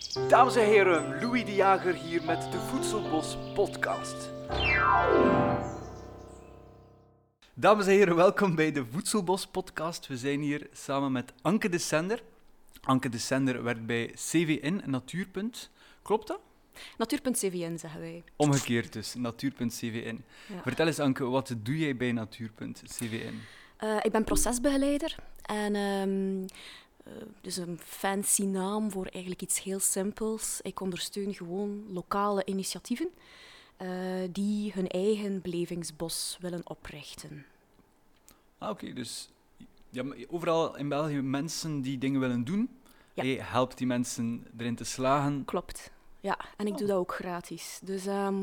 Dames en heren, Louis de Jager hier met de Voedselbos podcast. Dames en heren, welkom bij de Voedselbos podcast. We zijn hier samen met Anke de Sender. Anke de Sender werkt bij CVN Natuurpunt. Klopt dat? Natuurpunt.cvn zeggen wij. Omgekeerd dus, Natuurpunt.cvn. Ja. Vertel eens Anke, wat doe jij bij Natuurpunt.cvn? Ik ben procesbegeleider en dus een fancy naam voor eigenlijk iets heel simpels. Ik ondersteun gewoon lokale initiatieven die hun eigen belevingsbos willen oprichten. Oké, dus ja, maar overal in België mensen die dingen willen doen. Ja. Je helpt die mensen erin te slagen. Klopt. Ja, en ik doe dat ook gratis. Dus Wauw.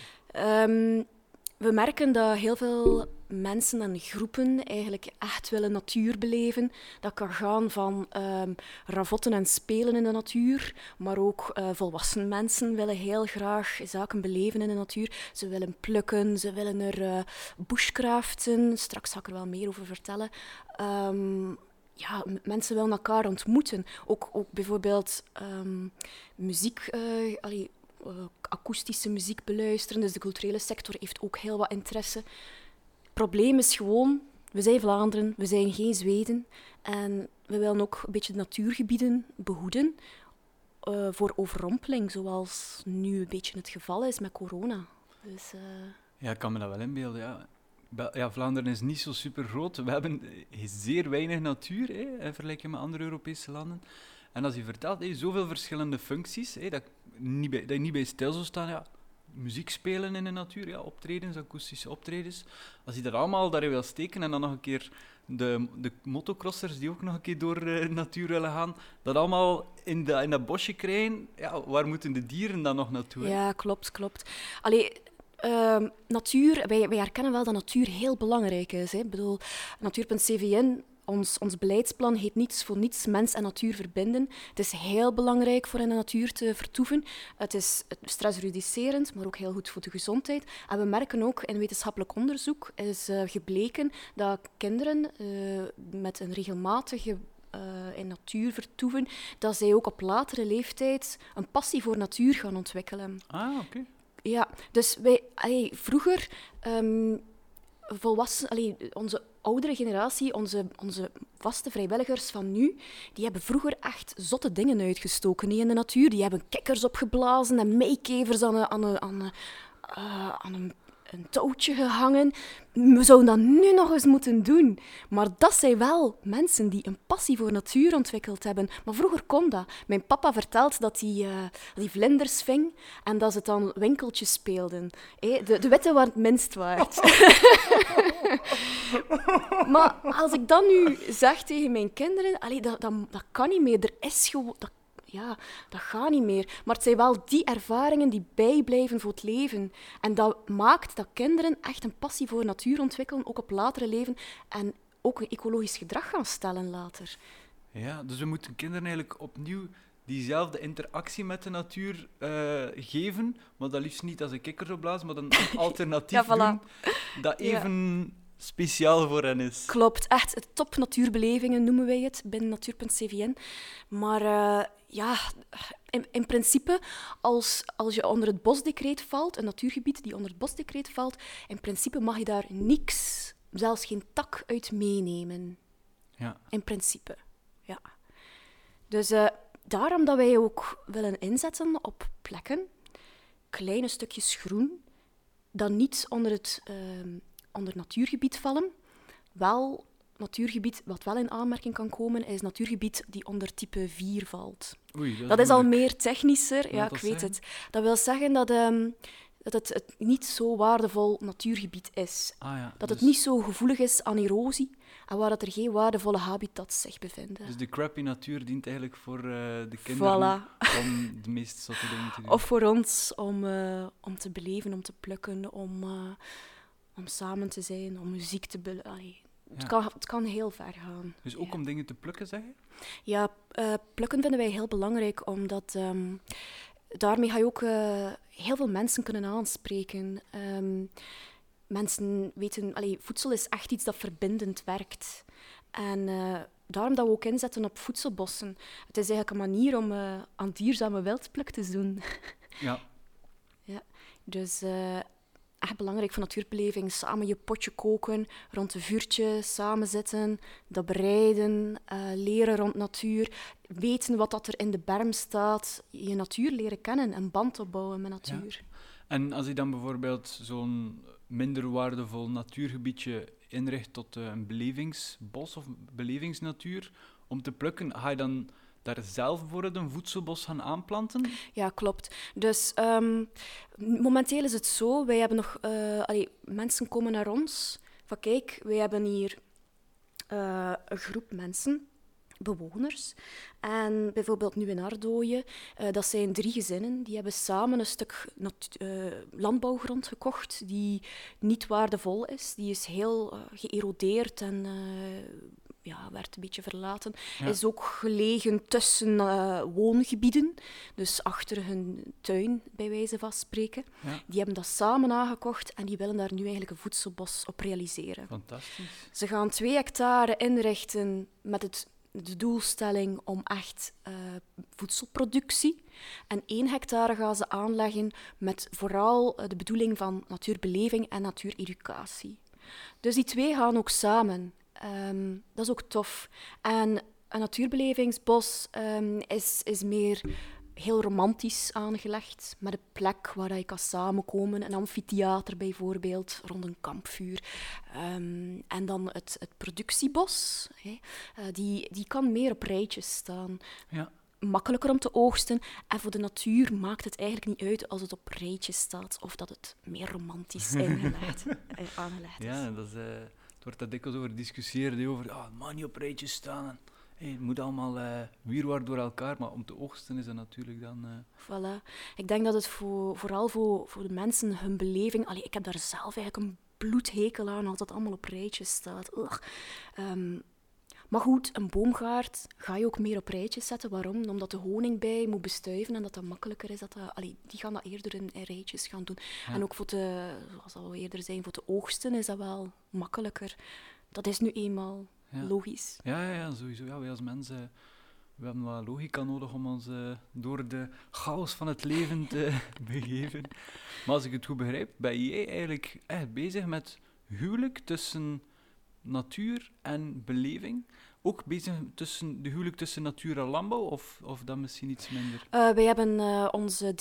we merken dat heel veel mensen en groepen eigenlijk echt willen natuur beleven. Dat kan gaan van ravotten en spelen in de natuur, maar ook volwassen mensen willen heel graag zaken beleven in de natuur. Ze willen plukken, ze willen er bushcraften. Straks ga ik er wel meer over vertellen. Ja, mensen willen elkaar ontmoeten. Ook bijvoorbeeld muziek, akoestische muziek beluisteren. Dus de culturele sector heeft ook heel wat interesse. Het probleem is gewoon, we zijn Vlaanderen, we zijn geen Zweden. En we willen ook een beetje de natuurgebieden behoeden voor overrompeling, zoals nu een beetje het geval is met corona. Dus, Ja, ik kan me dat wel inbeelden, ja. Ja, Vlaanderen is niet zo super groot. We hebben zeer weinig natuur, in vergelijking met andere Europese landen. En als je vertelt, zoveel verschillende functies, dat je niet bij stil zou staan, ja, muziek spelen in de natuur, ja, optredens, akoestische optredens. Als je dat allemaal daarin wil steken en dan nog een keer de motocrossers die ook nog een keer door de natuur willen gaan, dat allemaal in dat bosje krijgen, ja, waar moeten de dieren dan nog naartoe? Ja, klopt. Allee, natuur, wij herkennen wel dat natuur heel belangrijk is. Hè. Ik bedoel, Natuur.cvn, ons beleidsplan heet niets voor niets mens en natuur verbinden. Het is heel belangrijk voor in de natuur te vertoeven. Het is stressreducerend, maar ook heel goed voor de gezondheid. En we merken ook in wetenschappelijk onderzoek is gebleken dat kinderen met een regelmatige in natuur vertoeven, dat zij ook op latere leeftijd een passie voor natuur gaan ontwikkelen. Ah, oké. Ja, dus vroeger, onze oudere generatie, onze vaste vrijwilligers van nu, die hebben vroeger echt zotte dingen uitgestoken in de natuur. Die hebben kikkers opgeblazen en meikevers aan een touwtje gehangen. We zouden dat nu nog eens moeten doen. Maar dat zijn wel mensen die een passie voor natuur ontwikkeld hebben. Maar vroeger kon dat. Mijn papa vertelt dat hij vlinders ving en dat ze dan winkeltjes speelden. De witte waren het minst waard. Maar als ik dat nu zeg tegen mijn kinderen, dat kan niet meer. Er is gewoon... Ja, dat gaat niet meer. Maar het zijn wel die ervaringen die bijblijven voor het leven. En dat maakt dat kinderen echt een passie voor natuur ontwikkelen, ook op latere leven, en ook een ecologisch gedrag gaan stellen later. Ja, dus we moeten kinderen eigenlijk opnieuw diezelfde interactie met de natuur geven, maar dat liefst niet als een kikker opblazen, maar dan een alternatief Ja, voilà. doen dat even speciaal voor hen is. Klopt, echt top natuurbelevingen noemen wij het binnen Natuur.cvn. Maar in principe, als je onder het bosdecreet valt, een natuurgebied die onder het bosdecreet valt, in principe mag je daar niks, zelfs geen tak uit meenemen. Ja. In principe, ja. Dus daarom dat wij ook willen inzetten op plekken, kleine stukjes groen, dat niet onder natuurgebied vallen. Wel, natuurgebied wat wel in aanmerking kan komen, is natuurgebied die onder type 4 valt. Oei, Dat is al moeilijk. meer technischer. Ja, Wat ik wil weet dat het. Dat wil zeggen dat het niet zo waardevol natuurgebied is. Ah, ja. Dat Dus, het niet zo gevoelig is aan erosie en waar dat er geen waardevolle habitats zich bevinden. dus de crappy natuur dient eigenlijk voor de kinderen om de meest zotte dingen te doen. Of voor ons om te beleven, om te plukken, om samen te zijn, om muziek te beleven. Het kan heel ver gaan. Dus ook om dingen te plukken, zeg je? Ja, plukken vinden wij heel belangrijk, omdat daarmee ga je ook heel veel mensen kunnen aanspreken. Mensen weten, voedsel is echt iets dat verbindend werkt. En daarom dat we ook inzetten op voedselbossen. Het is eigenlijk een manier om aan duurzame wildpluk te doen. Ja. Ja. Dus echt belangrijk voor natuurbeleving. Samen je potje koken, rond een vuurtje samen zitten, dat bereiden, leren rond natuur, weten wat dat er in de berm staat, je natuur leren kennen en band opbouwen met natuur. Ja. En als je dan bijvoorbeeld zo'n minder waardevol natuurgebiedje inricht tot een belevingsbos of belevingsnatuur, om te plukken, ga je dan daar zelf voor een voedselbos gaan aanplanten? Ja, klopt. Dus momenteel is het zo, wij hebben nog... mensen komen naar ons van kijk, wij hebben hier een groep mensen, bewoners. En bijvoorbeeld nu in Ardooien, dat zijn 3 gezinnen, die hebben samen een stuk landbouwgrond gekocht die niet waardevol is. Die is heel geërodeerd en werd een beetje verlaten. Ja. Is ook gelegen tussen woongebieden, dus achter hun tuin, bij wijze van spreken. Ja. Die hebben dat samen aangekocht en die willen daar nu eigenlijk een voedselbos op realiseren. Fantastisch. Ze gaan 2 hectare inrichten met de doelstelling om echt voedselproductie. En 1 hectare gaan ze aanleggen met vooral de bedoeling van natuurbeleving en natuureducatie. Dus die 2 gaan ook samen. Dat is ook tof. En een natuurbelevingsbos is meer heel romantisch aangelegd, met een plek waar je kan samenkomen, een amfitheater bijvoorbeeld, rond een kampvuur. En dan het productiebos, die kan meer op rijtjes staan. Ja. Makkelijker om te oogsten. En voor de natuur maakt het eigenlijk niet uit als het op rijtjes staat of dat het meer romantisch aangelegd is. Ja, dat is, het wordt daar dikwijls over gediscussieerd, over het mag niet op rijtjes staan. Het moet allemaal wierwaard door elkaar, maar om te oogsten is dat natuurlijk dan... Voilà. Ik denk dat het vooral voor de mensen hun beleving... ik heb daar zelf eigenlijk een bloedhekel aan als het allemaal op rijtjes staat. Maar goed, een boomgaard ga je ook meer op rijtjes zetten. Waarom? Omdat de honingbij moet bestuiven en dat makkelijker is. Die gaan dat eerder in rijtjes gaan doen. Ja. En ook zoals al eerder zijn, voor de oogsten is dat wel makkelijker. Dat is nu eenmaal logisch. Ja, sowieso. Ja, wij als mensen... We hebben wel logica nodig om ons door de chaos van het leven te begeven. Maar als ik het goed begrijp, ben jij eigenlijk echt bezig met huwelijk tussen natuur en beleving? Ook bezig tussen de huwelijk tussen natuur en landbouw, of dat misschien iets minder? Wij hebben onze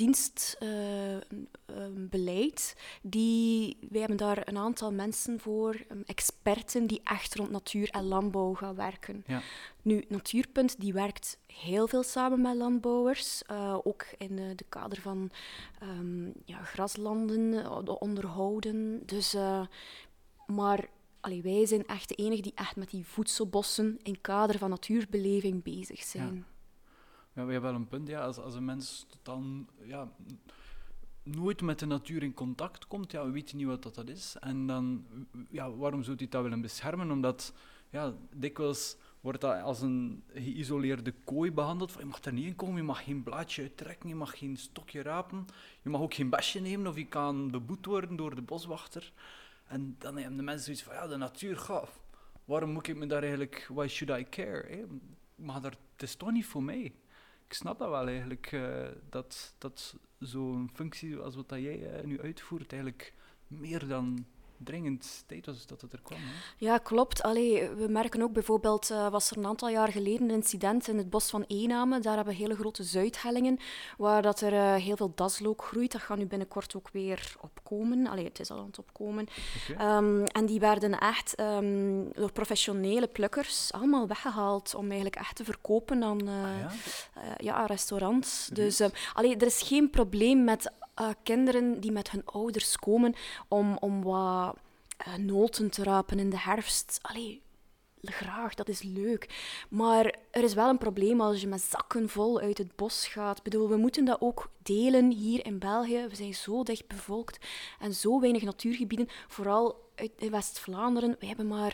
dienstbeleid. Wij hebben daar een aantal mensen voor, experten, die echt rond natuur en landbouw gaan werken. Ja. Nu, Natuurpunt die werkt heel veel samen met landbouwers, ook in de kader van graslanden onderhouden. Dus, maar... wij zijn echt de enigen die echt met die voedselbossen in kader van natuurbeleving bezig zijn. Ja, we hebben wel een punt. Ja, als een mens dan nooit met de natuur in contact komt, we weten niet wat dat is. En dan, waarom zou hij dat willen beschermen? Omdat dikwijls wordt dat als een geïsoleerde kooi behandeld. Je mag er niet in komen, je mag geen blaadje uittrekken, je mag geen stokje rapen, je mag ook geen besje nemen of je kan beboet worden door de boswachter. En dan hebben de mensen zoiets van, de natuur gaaf. Waarom moet ik me daar eigenlijk... Why should I care? Maar het is toch niet voor mij. Ik snap dat wel eigenlijk, dat zo'n functie als wat jij nu uitvoert eigenlijk meer dan dringend tijd was dat het er kwam. Hè? Ja, klopt. We merken ook bijvoorbeeld, was er een aantal jaar geleden een incident in het bos van Eename. Daar hebben we hele grote zuidhellingen, waar dat er heel veel daslook groeit. Dat gaat nu binnenkort ook weer opkomen. Het is al aan het opkomen. Okay. En die werden echt door professionele plukkers allemaal weggehaald om eigenlijk echt te verkopen aan restaurants. Dus er is geen probleem met... kinderen die met hun ouders komen om wat noten te rapen in de herfst. Graag, dat is leuk. Maar er is wel een probleem als je met zakken vol uit het bos gaat. Ik bedoel, we moeten dat ook delen hier in België. We zijn zo dicht bevolkt en zo weinig natuurgebieden. Vooral in West-Vlaanderen, we hebben maar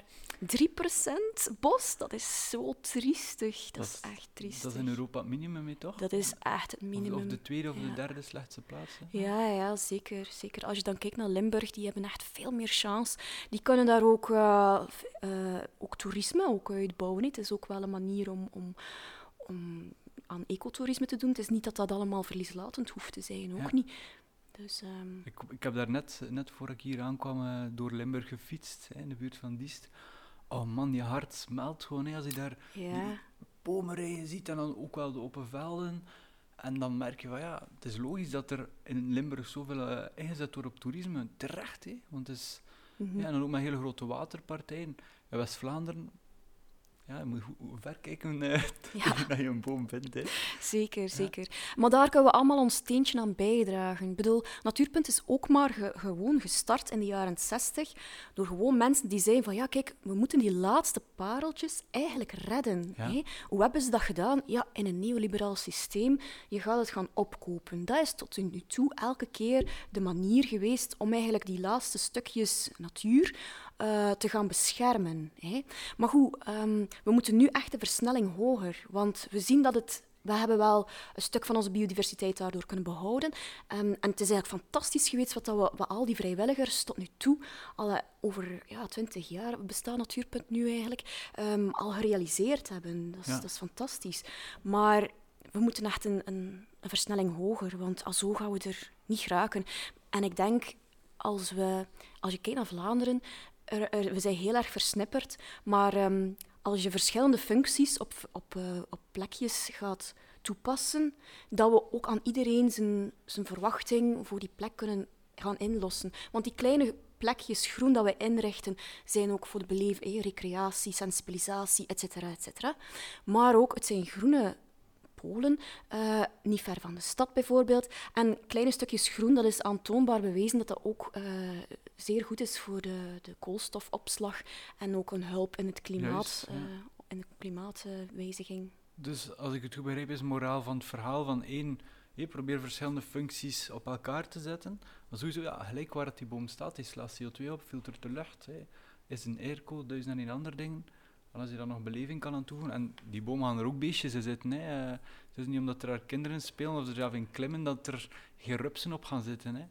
3% bos. Dat is zo triestig. Dat is echt triestig. Dat is in Europa het minimum, hè, toch? Dat is echt het minimum. Of de tweede of de derde slechtste plaats. Hè? Ja, zeker. Als je dan kijkt naar Limburg, die hebben echt veel meer chance. Die kunnen daar ook toerisme ook uitbouwen. Het is ook wel een manier om aan ecotourisme te doen. Het is niet dat dat allemaal verlieslatend hoeft te zijn, ook niet. Dus, Ik heb daar net voor ik hier aankwam door Limburg gefietst, in de buurt van Diest. Oh man, je hart smelt gewoon als je daar die bomenrijen ziet en dan ook wel de open velden. En dan merk je van het is logisch dat er in Limburg zoveel ingezet wordt op toerisme. Terecht, hè? Want het is, en dan ook met hele grote waterpartijen. In West-Vlaanderen, je moet ver kijken dat je een boom vindt. Hè. Zeker. Maar daar kunnen we allemaal ons steentje aan bijdragen. Ik bedoel, Natuurpunt is ook maar gewoon gestart in de jaren 60 door gewoon mensen die zeiden van kijk, we moeten die laatste pareltjes eigenlijk redden. Ja. Hè? Hoe hebben ze dat gedaan? Ja, in een neoliberaal systeem. Je gaat het gaan opkopen. Dat is tot nu toe elke keer de manier geweest om eigenlijk die laatste stukjes natuur te gaan beschermen. Hè. Maar goed, we moeten nu echt de versnelling hoger, want we zien dat we hebben wel een stuk van onze biodiversiteit daardoor kunnen behouden. En het is eigenlijk fantastisch geweest wat al die vrijwilligers tot nu toe, over 20 jaar bestaat Natuurpunt nu eigenlijk, al gerealiseerd hebben. Dat is fantastisch. Maar we moeten echt een versnelling hoger, want zo gaan we er niet geraken. En ik denk, als je kijkt naar Vlaanderen, we zijn heel erg versnipperd, maar als je verschillende functies op plekjes gaat toepassen, dat we ook aan iedereen zijn verwachting voor die plek kunnen gaan inlossen. Want die kleine plekjes groen dat we inrichten, zijn ook voor de beleving, recreatie, sensibilisatie, et cetera. Maar ook, het zijn groene Polen, niet ver van de stad bijvoorbeeld. En kleine stukjes groen, dat is aantoonbaar bewezen dat dat ook zeer goed is voor de koolstofopslag en ook een hulp in het klimaat, in de klimaatwijziging. Dus als ik het goed begrijp, is het moraal van het verhaal van probeer verschillende functies op elkaar te zetten. Maar sowieso, gelijk waar die boom staat, die slaat CO2 op, filtert de lucht, is een airco, duizend en een andere dingen. En als je dan nog beleving kan aan toevoegen, en die bomen gaan er ook beestjes in zitten. Het is niet omdat er daar kinderen spelen of er zelf in klimmen dat er geen rupsen op gaan zitten.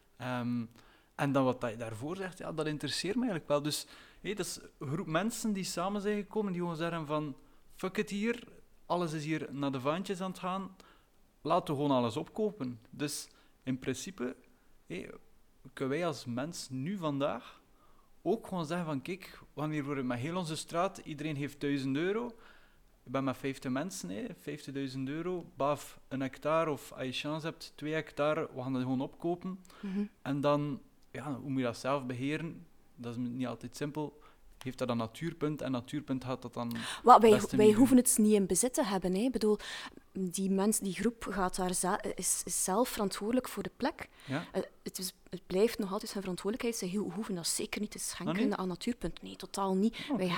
En dan wat je daarvoor zegt, dat interesseert me eigenlijk wel. Dus dat is een groep mensen die samen zijn gekomen, die gewoon zeggen van fuck it hier, alles is hier naar de vaantjes aan het gaan, laten we gewoon alles opkopen. Dus in principe kunnen wij als mens nu vandaag ook gewoon zeggen van kijk, wanneer we met heel onze straat, iedereen heeft €1000. Ik ben met 50 mensen, €50.000, baaf een hectare of als je chance hebt 2 hectare, we gaan dat gewoon opkopen. Mm-hmm. En dan, hoe moet je dat zelf beheren? Dat is niet altijd simpel. Heeft dat een natuurpunt en natuurpunt gaat dat dan... Wij hoeven het niet in bezit te hebben. Ik bedoel, die groep gaat is zelf verantwoordelijk voor de plek. Ja? Het blijft nog altijd zijn verantwoordelijkheid. Zij hoeven dat zeker niet te schenken aan Natuurpunt. Nee, Totaal niet.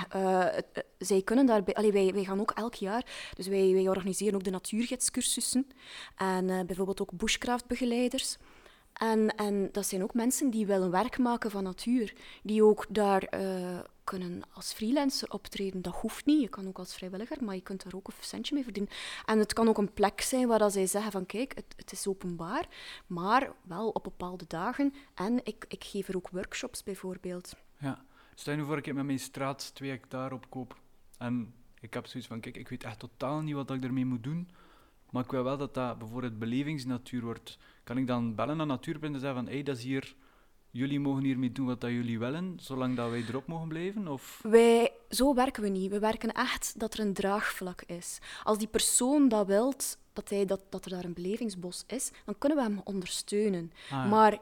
Zij kunnen daarbij... Wij gaan ook elk jaar... Dus wij organiseren ook de natuurgidscursussen. En bijvoorbeeld ook bushcraftbegeleiders. En dat zijn ook mensen die willen werk maken van natuur. Die ook daar kunnen als freelancer optreden. Dat hoeft niet. Je kan ook als vrijwilliger, maar je kunt daar ook een centje mee verdienen. En het kan ook een plek zijn waar dat zij zeggen van kijk, het is openbaar, maar wel op bepaalde dagen. En ik geef er ook workshops bijvoorbeeld. Ja. Stel je nu voor ik met mijn straat 2 hectare opkoop. En ik heb zoiets van kijk, ik weet echt totaal niet wat ik ermee moet doen. Maar ik wil wel dat dat bijvoorbeeld belevingsnatuur wordt. Kan ik dan bellen naar Natuurpunt en zeggen van dat is hier, jullie mogen hiermee doen wat dat jullie willen, zolang dat wij erop mogen blijven? Of? Zo werken we niet. We werken echt dat er een draagvlak is. Als die persoon dat wilt, dat er daar een belevingsbos is, dan kunnen we hem ondersteunen. Maar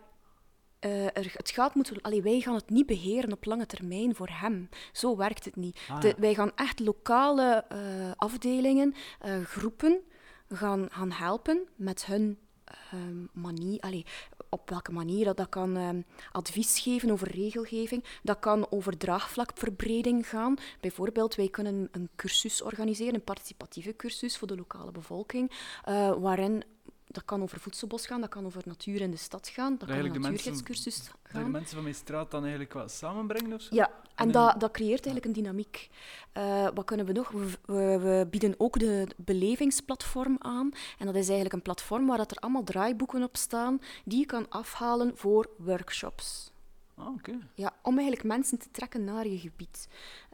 wij gaan het niet beheren op lange termijn voor hem. Zo werkt het niet. Wij gaan echt lokale afdelingen, groepen, gaan helpen met hun manier. Op welke manier dat kan advies geven over regelgeving. Dat kan over draagvlakverbreding gaan. Bijvoorbeeld, wij kunnen een cursus organiseren, een participatieve cursus voor de lokale bevolking, waarin Dat kan over Voedselbos gaan, dat kan over natuur in de stad gaan, dat kan een Eigenlijk natuurgidscursus dat je gaan. de mensen van mijn straat dan eigenlijk wat samenbrengen of zo? Ja, en En dat creëert eigenlijk een dynamiek. Wat kunnen we nog? We bieden ook de belevingsplatform aan. En dat is eigenlijk een platform waar dat er allemaal draaiboeken op staan die je kan afhalen voor workshops. Oké. Ja, om eigenlijk mensen te trekken naar je gebied.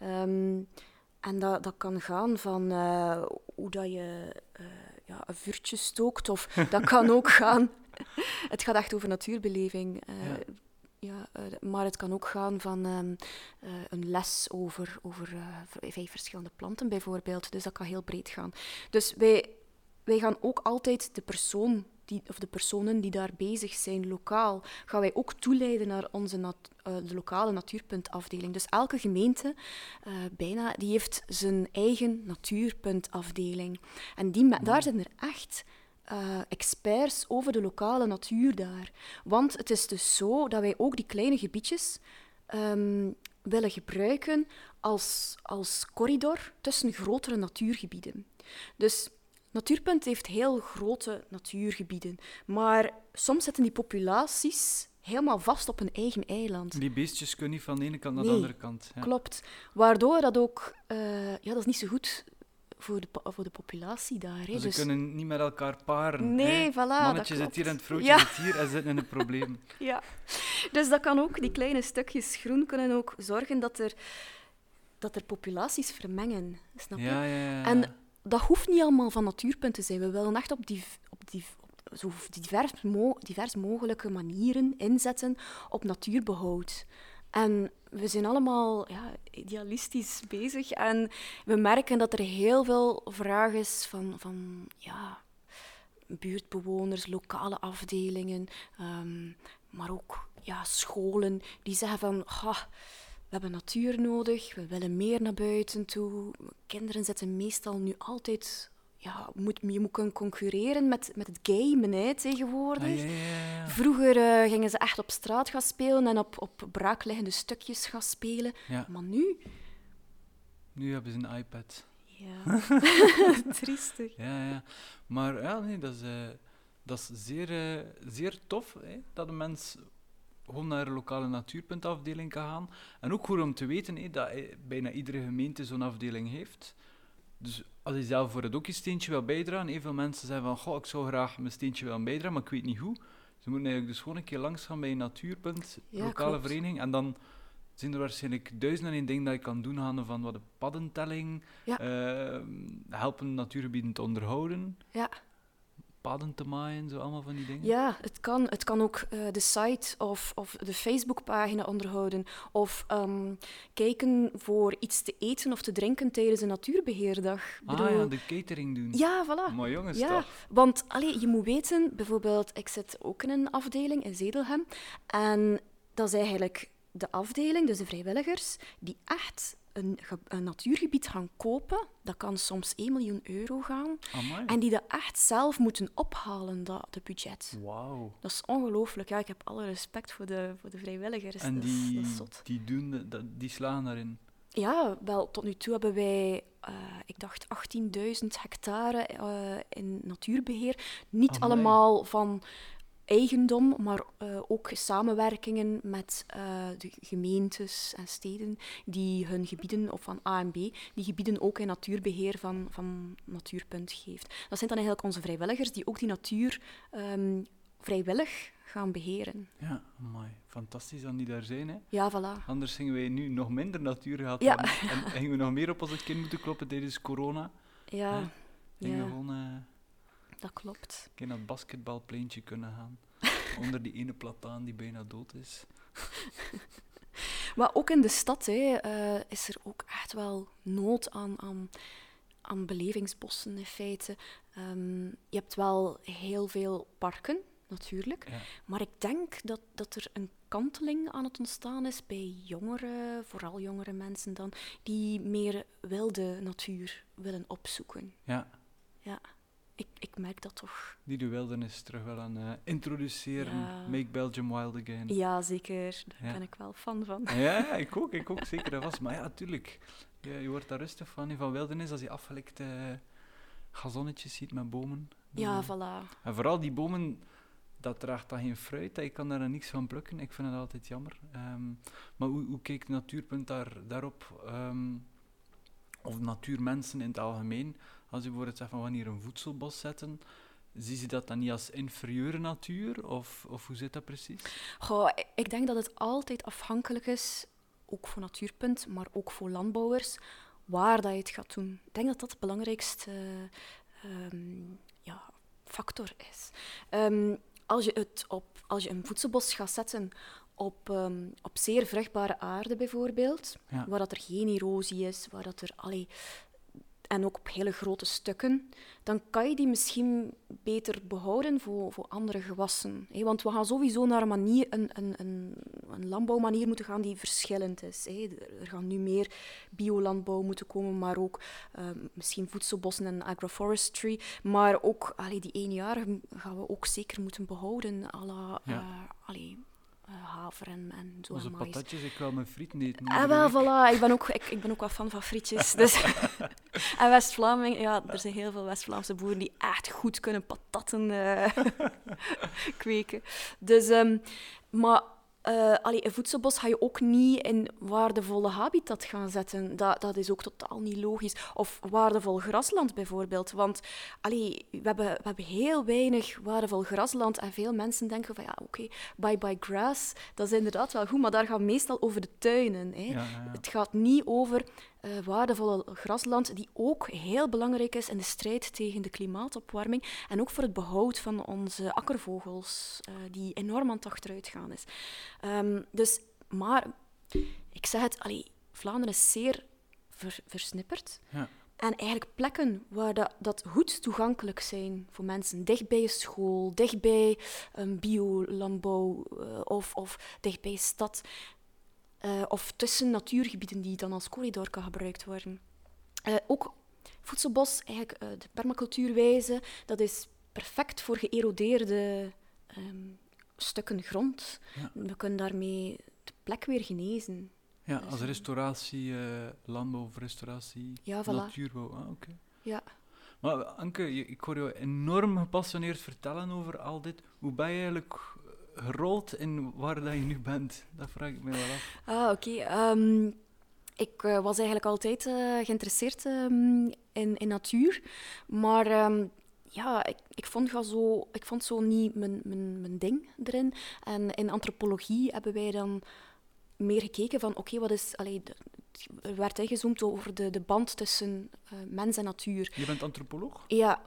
En dat kan gaan van hoe dat je een vuurtje stookt, of dat kan ook gaan... Het gaat echt over natuurbeleving. Maar het kan ook gaan van een les over 5 verschillende planten, bijvoorbeeld. Dus dat kan heel breed gaan. Dus wij gaan ook altijd de persoon... de personen die daar bezig zijn, lokaal, gaan wij ook toeleiden naar onze de lokale natuurpuntafdeling. Dus elke gemeente, bijna, die heeft zijn eigen natuurpuntafdeling. En daar zitten er echt experts over de lokale natuur daar. Want het is dus zo dat wij ook die kleine gebiedjes willen gebruiken als corridor tussen grotere natuurgebieden. Dus... Natuurpunt heeft heel grote natuurgebieden, maar soms zitten die populaties helemaal vast op een eigen eiland. Die beestjes kunnen niet van de ene kant naar de andere kant. Ja. Klopt. Waardoor dat ook... dat is niet zo goed voor de populatie daar. Hè. Ze kunnen niet met elkaar paren. Nee, hè. voilà, Mannetje dat zit hier en het klopt. vrouwtje zit hier en zitten in een probleem. Ja. Dus dat kan ook, die kleine stukjes groen kunnen ook zorgen dat er populaties vermengen. Snap je? Ja. En dat hoeft niet allemaal van natuurpunt te zijn. We willen echt op zo divers mogelijke manieren inzetten op natuurbehoud. En we zijn allemaal idealistisch bezig. En we merken dat er heel veel vraag is van buurtbewoners, lokale afdelingen, maar ook scholen die zeggen van... We hebben natuur nodig, we willen meer naar buiten toe. Kinderen zitten meestal nu altijd... je moet kunnen concurreren met het gamen hè, tegenwoordig. Ja. Vroeger gingen ze echt op straat gaan spelen en op braakliggende stukjes gaan spelen. Ja. Maar nu... Nu hebben ze een iPad. Ja, triestig. Ja. Maar ja, nee, dat is zeer, zeer tof, hè, dat een mens... gewoon naar een lokale natuurpuntafdeling kan gaan. En ook goed om te weten dat bijna iedere gemeente zo'n afdeling heeft. Dus als je zelf voor het ook je steentje wil bijdragen, heel veel mensen zeggen van, ik zou graag mijn steentje willen bijdragen, maar ik weet niet hoe. Ze moeten eigenlijk dus gewoon een keer langs gaan bij een natuurpunt, lokale klopt. vereniging, en dan zijn er waarschijnlijk 1001 dingen dat je kan doen, gaande van wat de paddentelling, helpen natuurgebieden te onderhouden. Ja. Paden te maaien, zo allemaal van die dingen. Ja, het kan ook de site of de Facebookpagina onderhouden. Of kijken voor iets te eten of te drinken tijdens een natuurbeheerdag. De catering doen. Ja, voilà. Maar jongens, Ja, toch? want je moet weten, bijvoorbeeld, ik zit ook in een afdeling in Zedelhem. En dat is eigenlijk de afdeling, dus de vrijwilligers, die echt een natuurgebied gaan kopen. Dat kan soms 1 miljoen euro gaan. Amai. En die dat echt zelf moeten ophalen, dat budget. Wauw. Dat is ongelooflijk. Ja, ik heb alle respect voor de vrijwilligers. En dat is zot. die slagen daarin. Ja, wel, tot nu toe hebben wij, ik dacht, 18.000 hectare in natuurbeheer. Niet Amai. allemaal van eigendom, maar ook samenwerkingen met de gemeentes en steden die hun gebieden, of van A en B, die gebieden ook in natuurbeheer van Natuurpunt geeft. Dat zijn dan eigenlijk onze vrijwilligers die ook die natuur vrijwillig gaan beheren. Ja, amai. Fantastisch dat die daar zijn, hè. Ja, voilà. Anders gingen wij nu nog minder natuur gehad Ja. hebben. En gingen we nog meer op onze kin moeten kloppen tijdens corona. Ja, Gingen we ja, gewoon dat klopt. een keer naar het basketbalpleintje kunnen gaan. Onder die ene plataan die bijna dood is. Maar ook in de stad hè, is er ook echt wel nood aan belevingsbossen in feite. Je hebt wel heel veel parken, natuurlijk. Ja. Maar ik denk dat er een kanteling aan het ontstaan is bij jongeren, vooral jongere mensen dan, die meer wilde natuur willen opzoeken. Ja, Ja, ik merk dat toch. die de wildernis terug willen introduceren. Ja. Make Belgium wild again. Ja, zeker. Daar Ja. ben ik wel fan van. Ja, ik ook zeker. Dat was. Maar ja, tuurlijk. Je wordt daar rustig van wildernis als je afgelekte gazonnetjes ziet met bomen. Ja, voilà. En vooral die bomen, dat draagt dan geen fruit, je kan daar dan niks van plukken. Ik vind het altijd jammer. Maar hoe kijkt Natuurpunt daarop? Of natuurmensen in het algemeen, als je bijvoorbeeld zegt van wanneer een voedselbos zetten, zien ze dat dan niet als inferieure natuur? Of hoe zit dat precies? Goh, ik denk dat het altijd afhankelijk is, ook voor Natuurpunt, maar ook voor landbouwers, waar dat je het gaat doen. Ik denk dat dat de belangrijkste factor is. Als je een voedselbos gaat zetten op zeer vruchtbare aarde bijvoorbeeld, waar dat er geen erosie is, waar dat er en ook op hele grote stukken, dan kan je die misschien beter behouden voor andere gewassen. Want we gaan sowieso naar een landbouwmanier moeten gaan die verschillend is. Er gaan nu meer biolandbouw moeten komen, maar ook misschien voedselbossen en agroforestry. Maar ook die eenjarigen gaan we ook zeker moeten behouden. Haver en zo. Onze maïs. patatjes, ik wil mijn frieten eten. Wel, voilà. Ik ben ook wel fan van frietjes. Dus. En West-Vlaming, ja, er zijn heel veel West-Vlaamse boeren die echt goed kunnen patatten kweken. Dus, maar een voedselbos ga je ook niet in waardevolle habitat gaan zetten. Dat is ook totaal niet logisch. Of waardevol grasland bijvoorbeeld. Want we hebben heel weinig waardevol grasland. En veel mensen denken van, bye-bye grass. Dat is inderdaad wel goed, maar daar gaat meestal over de tuinen. Ja. Het gaat niet over waardevolle grasland, die ook heel belangrijk is in de strijd tegen de klimaatopwarming en ook voor het behoud van onze akkervogels, die enorm aan het achteruit gaan is. Maar ik zeg het, Vlaanderen is zeer versnipperd. Ja. En eigenlijk plekken waar dat goed toegankelijk zijn voor mensen. Dicht bij een school, dicht bij een biolandbouw of dicht bij een stad. Of tussen natuurgebieden die dan als corridor kan gebruikt worden. Ook voedselbos, eigenlijk de permacultuurwijze, dat is perfect voor geërodeerde stukken grond. Ja. We kunnen daarmee de plek weer genezen. Ja, als restauratie, landbouw of restauratie, Ja, voilà. natuurbouw. Oké. Ja. Maar Anke, ik hoor jou enorm gepassioneerd vertellen over al dit. Hoe ben je eigenlijk gerold in waar dat je nu bent? Dat vraag ik me wel af. Oké. Ik was eigenlijk altijd geïnteresseerd in natuur, maar ik vond zo niet mijn ding erin. En in antropologie hebben wij dan meer gekeken van, wat is... Er werd ingezoomd over de band tussen mens en natuur. Je bent antropoloog? Ja,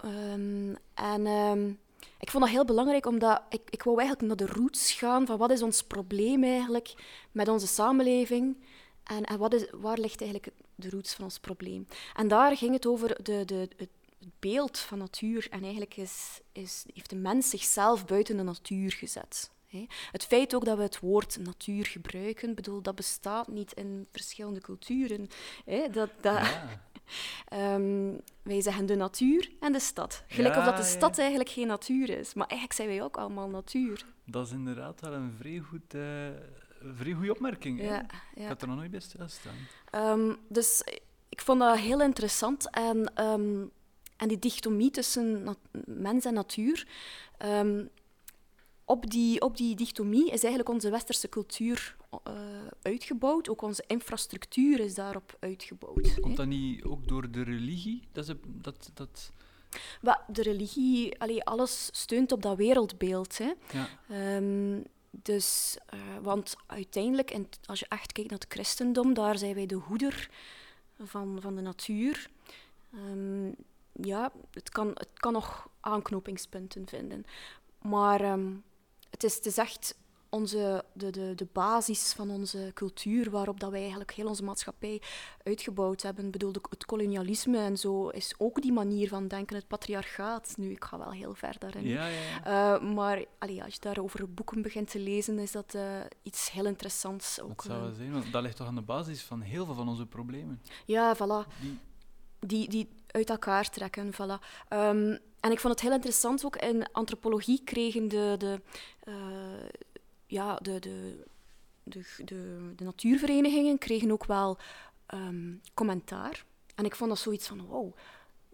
ik vond dat heel belangrijk, omdat ik wou eigenlijk naar de roots gaan van wat is ons probleem eigenlijk met onze samenleving en waar ligt eigenlijk de roots van ons probleem. En daar ging het over het beeld van natuur en eigenlijk heeft de mens zichzelf buiten de natuur gezet. Het feit ook dat we het woord natuur gebruiken, dat bestaat niet in verschillende culturen. Wij zeggen de natuur en de stad. Gelijk of dat de stad eigenlijk geen natuur is. Maar eigenlijk zijn wij ook allemaal natuur. Dat is inderdaad wel een vrij goede opmerking. Ja. Ik had er nog nooit bij stilstaan. Dus ik vond dat heel interessant. En die dichotomie tussen mens en natuur... Op die dichotomie is eigenlijk onze westerse cultuur uitgebouwd. Ook onze infrastructuur is daarop uitgebouwd. Komt dat niet ook door de religie? De religie, alles steunt op dat wereldbeeld. Hè. Ja. Want uiteindelijk, als je echt kijkt naar het christendom, daar zijn wij de hoeder van de natuur. Het kan nog aanknopingspunten vinden. Maar... Het is echt de basis van onze cultuur waarop dat wij eigenlijk heel onze maatschappij uitgebouwd hebben. Ik bedoel, het kolonialisme en zo is ook die manier van denken, het patriarchaat. Nu, ik ga wel heel ver daarin. Ja. Maar als je daarover boeken begint te lezen, is dat iets heel interessants. Dat zou wel zijn, want dat ligt toch aan de basis van heel veel van onze problemen. Ja, voilà. Die uit elkaar trekken, voilà. En ik vond het heel interessant ook, in antropologie kregen de natuurverenigingen kregen ook wel commentaar. En ik vond dat zoiets van, wow,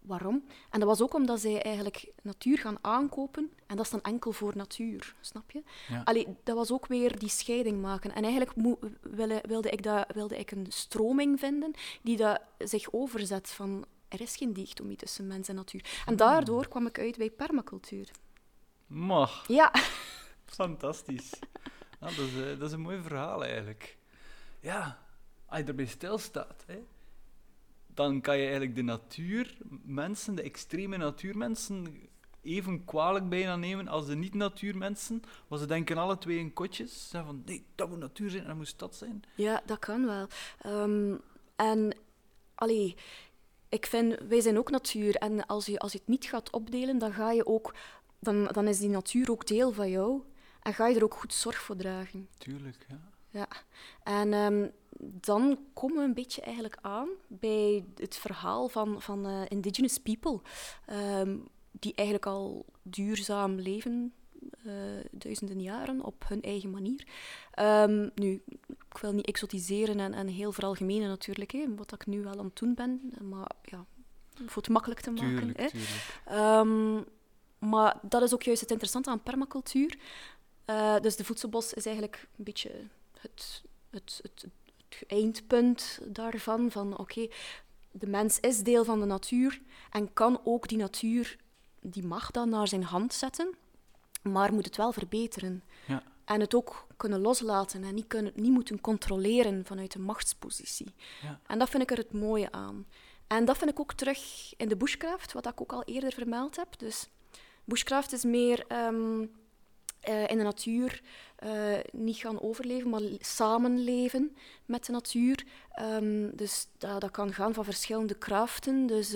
waarom. En dat was ook omdat zij eigenlijk natuur gaan aankopen en dat is dan enkel voor natuur, snap je? Ja. Allee, dat was ook weer die scheiding maken. En eigenlijk wilde ik een stroming vinden die dat zich overzet van er is geen dichotomie tussen mens en natuur. En daardoor kwam ik uit bij permacultuur. Mag. Ja. Fantastisch. Ja, dat is een mooi verhaal eigenlijk. Ja, als je erbij stilstaat, hè, dan kan je eigenlijk de natuurmensen, de extreme natuurmensen, even kwalijk bijna nemen als de niet-natuurmensen. Want ze denken alle twee in kotjes. Zeggen van, nee, dat moet natuur zijn en dat moet stad zijn. Ja, dat kan wel. En allee, ik vind, wij zijn ook natuur. En als je het niet gaat opdelen, dan ga je ook, dan is die natuur ook deel van jou. En ga je er ook goed zorg voor dragen. Tuurlijk, ja. Ja. En dan komen we een beetje eigenlijk aan bij het verhaal van indigenous people. Die eigenlijk al duurzaam leven, duizenden jaren, op hun eigen manier. Nu, ik wil niet exotiseren en heel veralgemenen natuurlijk, hè, wat ik nu wel aan het doen ben. Maar ja, voor het makkelijk te maken. Tuurlijk, hè. tuurlijk. Maar dat is ook juist het interessante aan permacultuur. Dus de voedselbos is eigenlijk een beetje het eindpunt daarvan. Van oké, de mens is deel van de natuur en kan ook die natuur, die mag dan naar zijn hand zetten, maar moet het wel verbeteren. Ja. En het ook kunnen loslaten en niet moeten controleren vanuit een machtspositie. Ja. En dat vind ik er het mooie aan. En dat vind ik ook terug in de bushcraft, wat ik ook al eerder vermeld heb. Dus bushcraft is meer in de natuur niet gaan overleven, maar samenleven met de natuur. Dus dat kan gaan van verschillende craften. Dus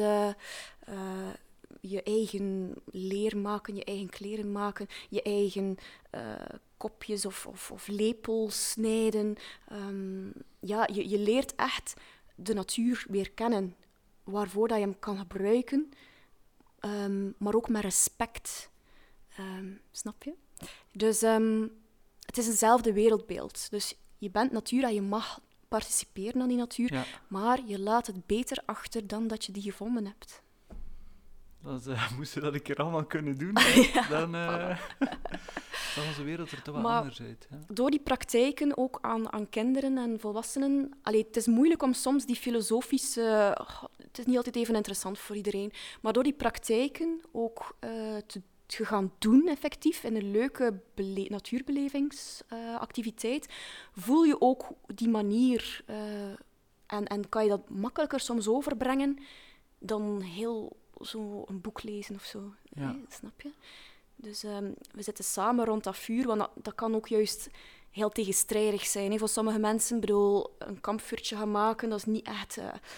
je eigen leer maken, je eigen kleren maken, je eigen kopjes of lepels snijden. Ja, je leert echt de natuur weer kennen, waarvoor dat je hem kan gebruiken, maar ook met respect. Snap je? Dus het is hetzelfde wereldbeeld. Dus je bent natuur en je mag participeren aan die natuur, Ja. maar je laat het beter achter dan dat je die gevonden hebt. Moesten we dat een keer allemaal kunnen doen, dan zag onze wereld er toch wel anders uit. Ja. Door die praktijken ook aan kinderen en volwassenen... Allee, het is moeilijk om soms die filosofische... het is niet altijd even interessant voor iedereen. Maar door die praktijken ook te gaan doen, effectief, in een leuke natuurbelevingsactiviteit, voel je ook die manier. En kan je dat makkelijker soms overbrengen dan heel zo een boek lezen of zo. Ja. Hè? Snap je? Dus we zitten samen rond dat vuur, want dat kan ook juist heel tegenstrijdig zijn. Hè? Voor sommige mensen, ik bedoel, een kampvuurtje gaan maken, dat is niet echt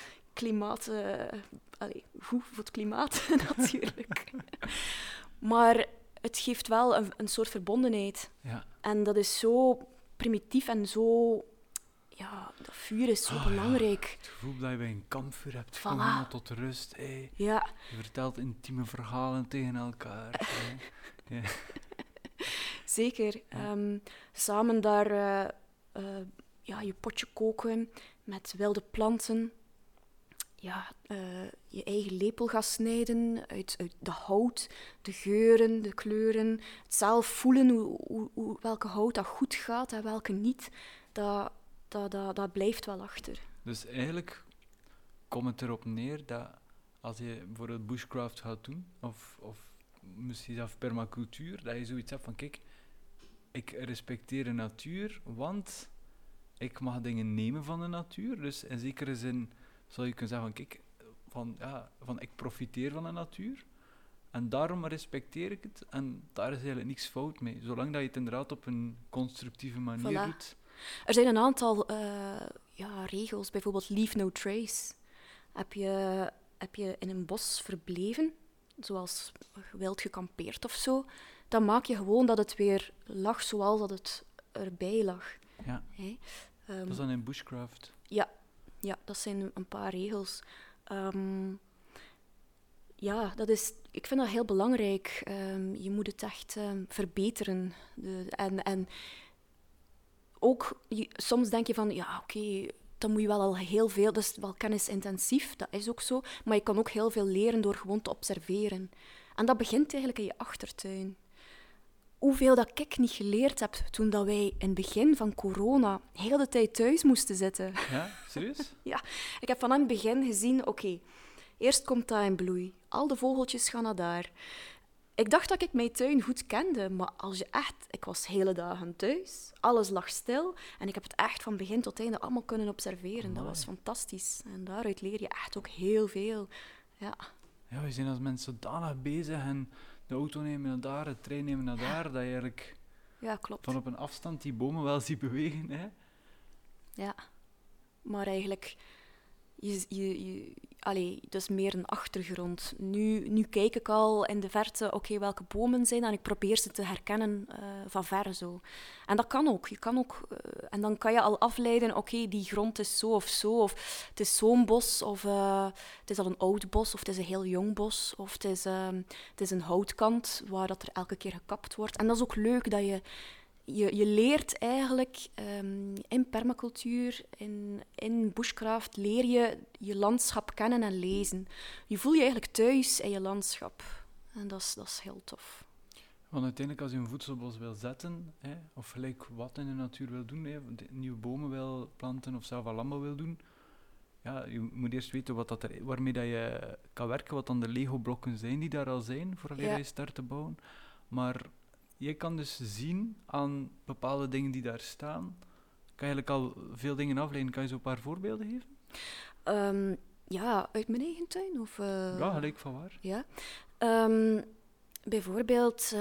goed voor het klimaat, natuurlijk. Maar het geeft wel een soort verbondenheid. Ja. En dat is zo primitief en zo... Ja, dat vuur is zo belangrijk. Ja. Het gevoel dat je bij een kampvuur hebt, Voilà. kom helemaal tot rust. Hey. Ja. Je vertelt intieme verhalen tegen elkaar. Ja. Zeker. Samen daar je potje koken met wilde planten. Ja, je eigen lepel gaan snijden uit de hout, de geuren, de kleuren. Het zelf voelen welke hout dat goed gaat en welke niet. Dat blijft wel achter. Dus eigenlijk komt het erop neer dat als je bijvoorbeeld bushcraft gaat doen, of misschien zelfs permacultuur, dat je zoiets hebt van, kijk, ik respecteer de natuur, want ik mag dingen nemen van de natuur. Dus in zekere zin zou je kunnen zeggen van, kijk, van ik profiteer van de natuur, en daarom respecteer ik het, en daar is eigenlijk niks fout mee, zolang dat je het inderdaad op een constructieve manier Voilà. doet. Er zijn een aantal regels, bijvoorbeeld leave no trace. Heb je in een bos verbleven, zoals wild gekampeerd of zo, dan maak je gewoon dat het weer lag zoals dat het erbij lag. Ja. Hey? Dat is dan in bushcraft. Ja, dat zijn een paar regels. Ik vind dat heel belangrijk. Je moet het echt verbeteren. En ook, soms denk je van, ja, oké, dan moet je wel al heel veel... Dat is wel kennisintensief, dat is ook zo. Maar je kan ook heel veel leren door gewoon te observeren. En dat begint eigenlijk in je achtertuin. Hoeveel dat ik niet geleerd heb toen dat wij in het begin van corona heel de tijd thuis moesten zitten. Ja, serieus? Ja, ik heb van aan het begin gezien, oké, eerst komt dat in bloei. Al de vogeltjes gaan naar daar. Ik dacht dat ik mijn tuin goed kende, maar als je echt... Ik was hele dagen thuis, alles lag stil en ik heb het echt van begin tot einde allemaal kunnen observeren. Amai. Dat was fantastisch. En daaruit leer je echt ook heel veel. Ja, Ja, we zijn als mensen zodanig bezig en de auto nemen naar daar, de trein nemen naar daar, dat je eigenlijk ja, klopt. van op een afstand die bomen wel ziet bewegen. Hè? Ja. Maar eigenlijk... dat is meer een achtergrond. Nu kijk ik al in de verte, oké, welke bomen zijn, en ik probeer ze te herkennen van ver zo. En dat kan ook. En dan kan je al afleiden, oké, die grond is zo of zo, of het is zo'n bos, of het is al een oud bos, of het is een heel jong bos, of het is een houtkant waar dat er elke keer gekapt wordt. En dat is ook leuk dat je leert eigenlijk in permacultuur, in bushcraft, leer je je landschap kennen en lezen. Je voelt je eigenlijk thuis in je landschap. En dat is heel tof. Want uiteindelijk, als je een voedselbos wil zetten, hè, of gelijk wat in de natuur wil doen, hè, nieuwe bomen wil planten of zelf al landbouw wil doen, ja, je moet eerst weten waarmee dat je kan werken, wat dan de Lego-blokken zijn die daar al zijn, voordat je start te bouwen. Maar je kan dus zien aan bepaalde dingen die daar staan, kan je eigenlijk al veel dingen afleiden. Kan je zo een paar voorbeelden geven? Ja, uit mijn eigen tuin? Of, ja, gelijk van waar. Ja. Bijvoorbeeld,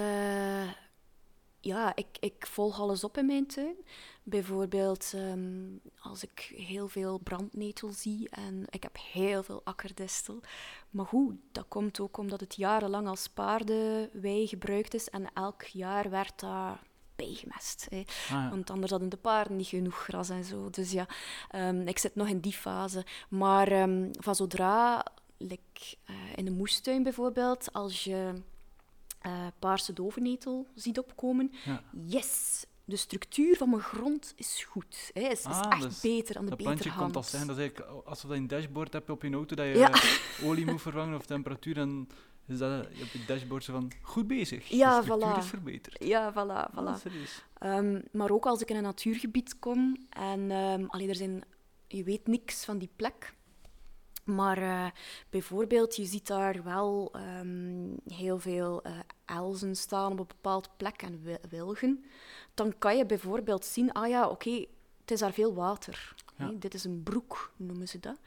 ik volg alles op in mijn tuin. Bijvoorbeeld, als ik heel veel brandnetel zie en ik heb heel veel akkerdistel. Maar goed, dat komt ook omdat het jarenlang als paardenwei gebruikt is en elk jaar werd dat bijgemest. Hè. Ja. Want anders hadden de paarden niet genoeg gras en zo. Dus ja, ik zit nog in die fase. Maar van zodra, in de moestuin bijvoorbeeld, als je paarse dovennetel ziet opkomen, yes! De structuur van mijn grond is goed. Hè. Is echt dus beter aan de dat plantje beterhand. kan al zeggen, dat is eigenlijk alsof je een dashboard hebt op je auto, dat je olie moet vervangen of temperatuur, dan is dat op je dashboard zo van, goed bezig, Ja, de structuur voilà. is verbeterd. Ja, voilà. Serieus. Maar ook als ik in een natuurgebied kom en je weet niks van die plek. Maar bijvoorbeeld, je ziet daar wel heel veel elzen staan op een bepaald plek en wilgen. Dan kan je bijvoorbeeld zien, het is daar veel water. Ja. Hè? Dit is een broek, noemen ze dat.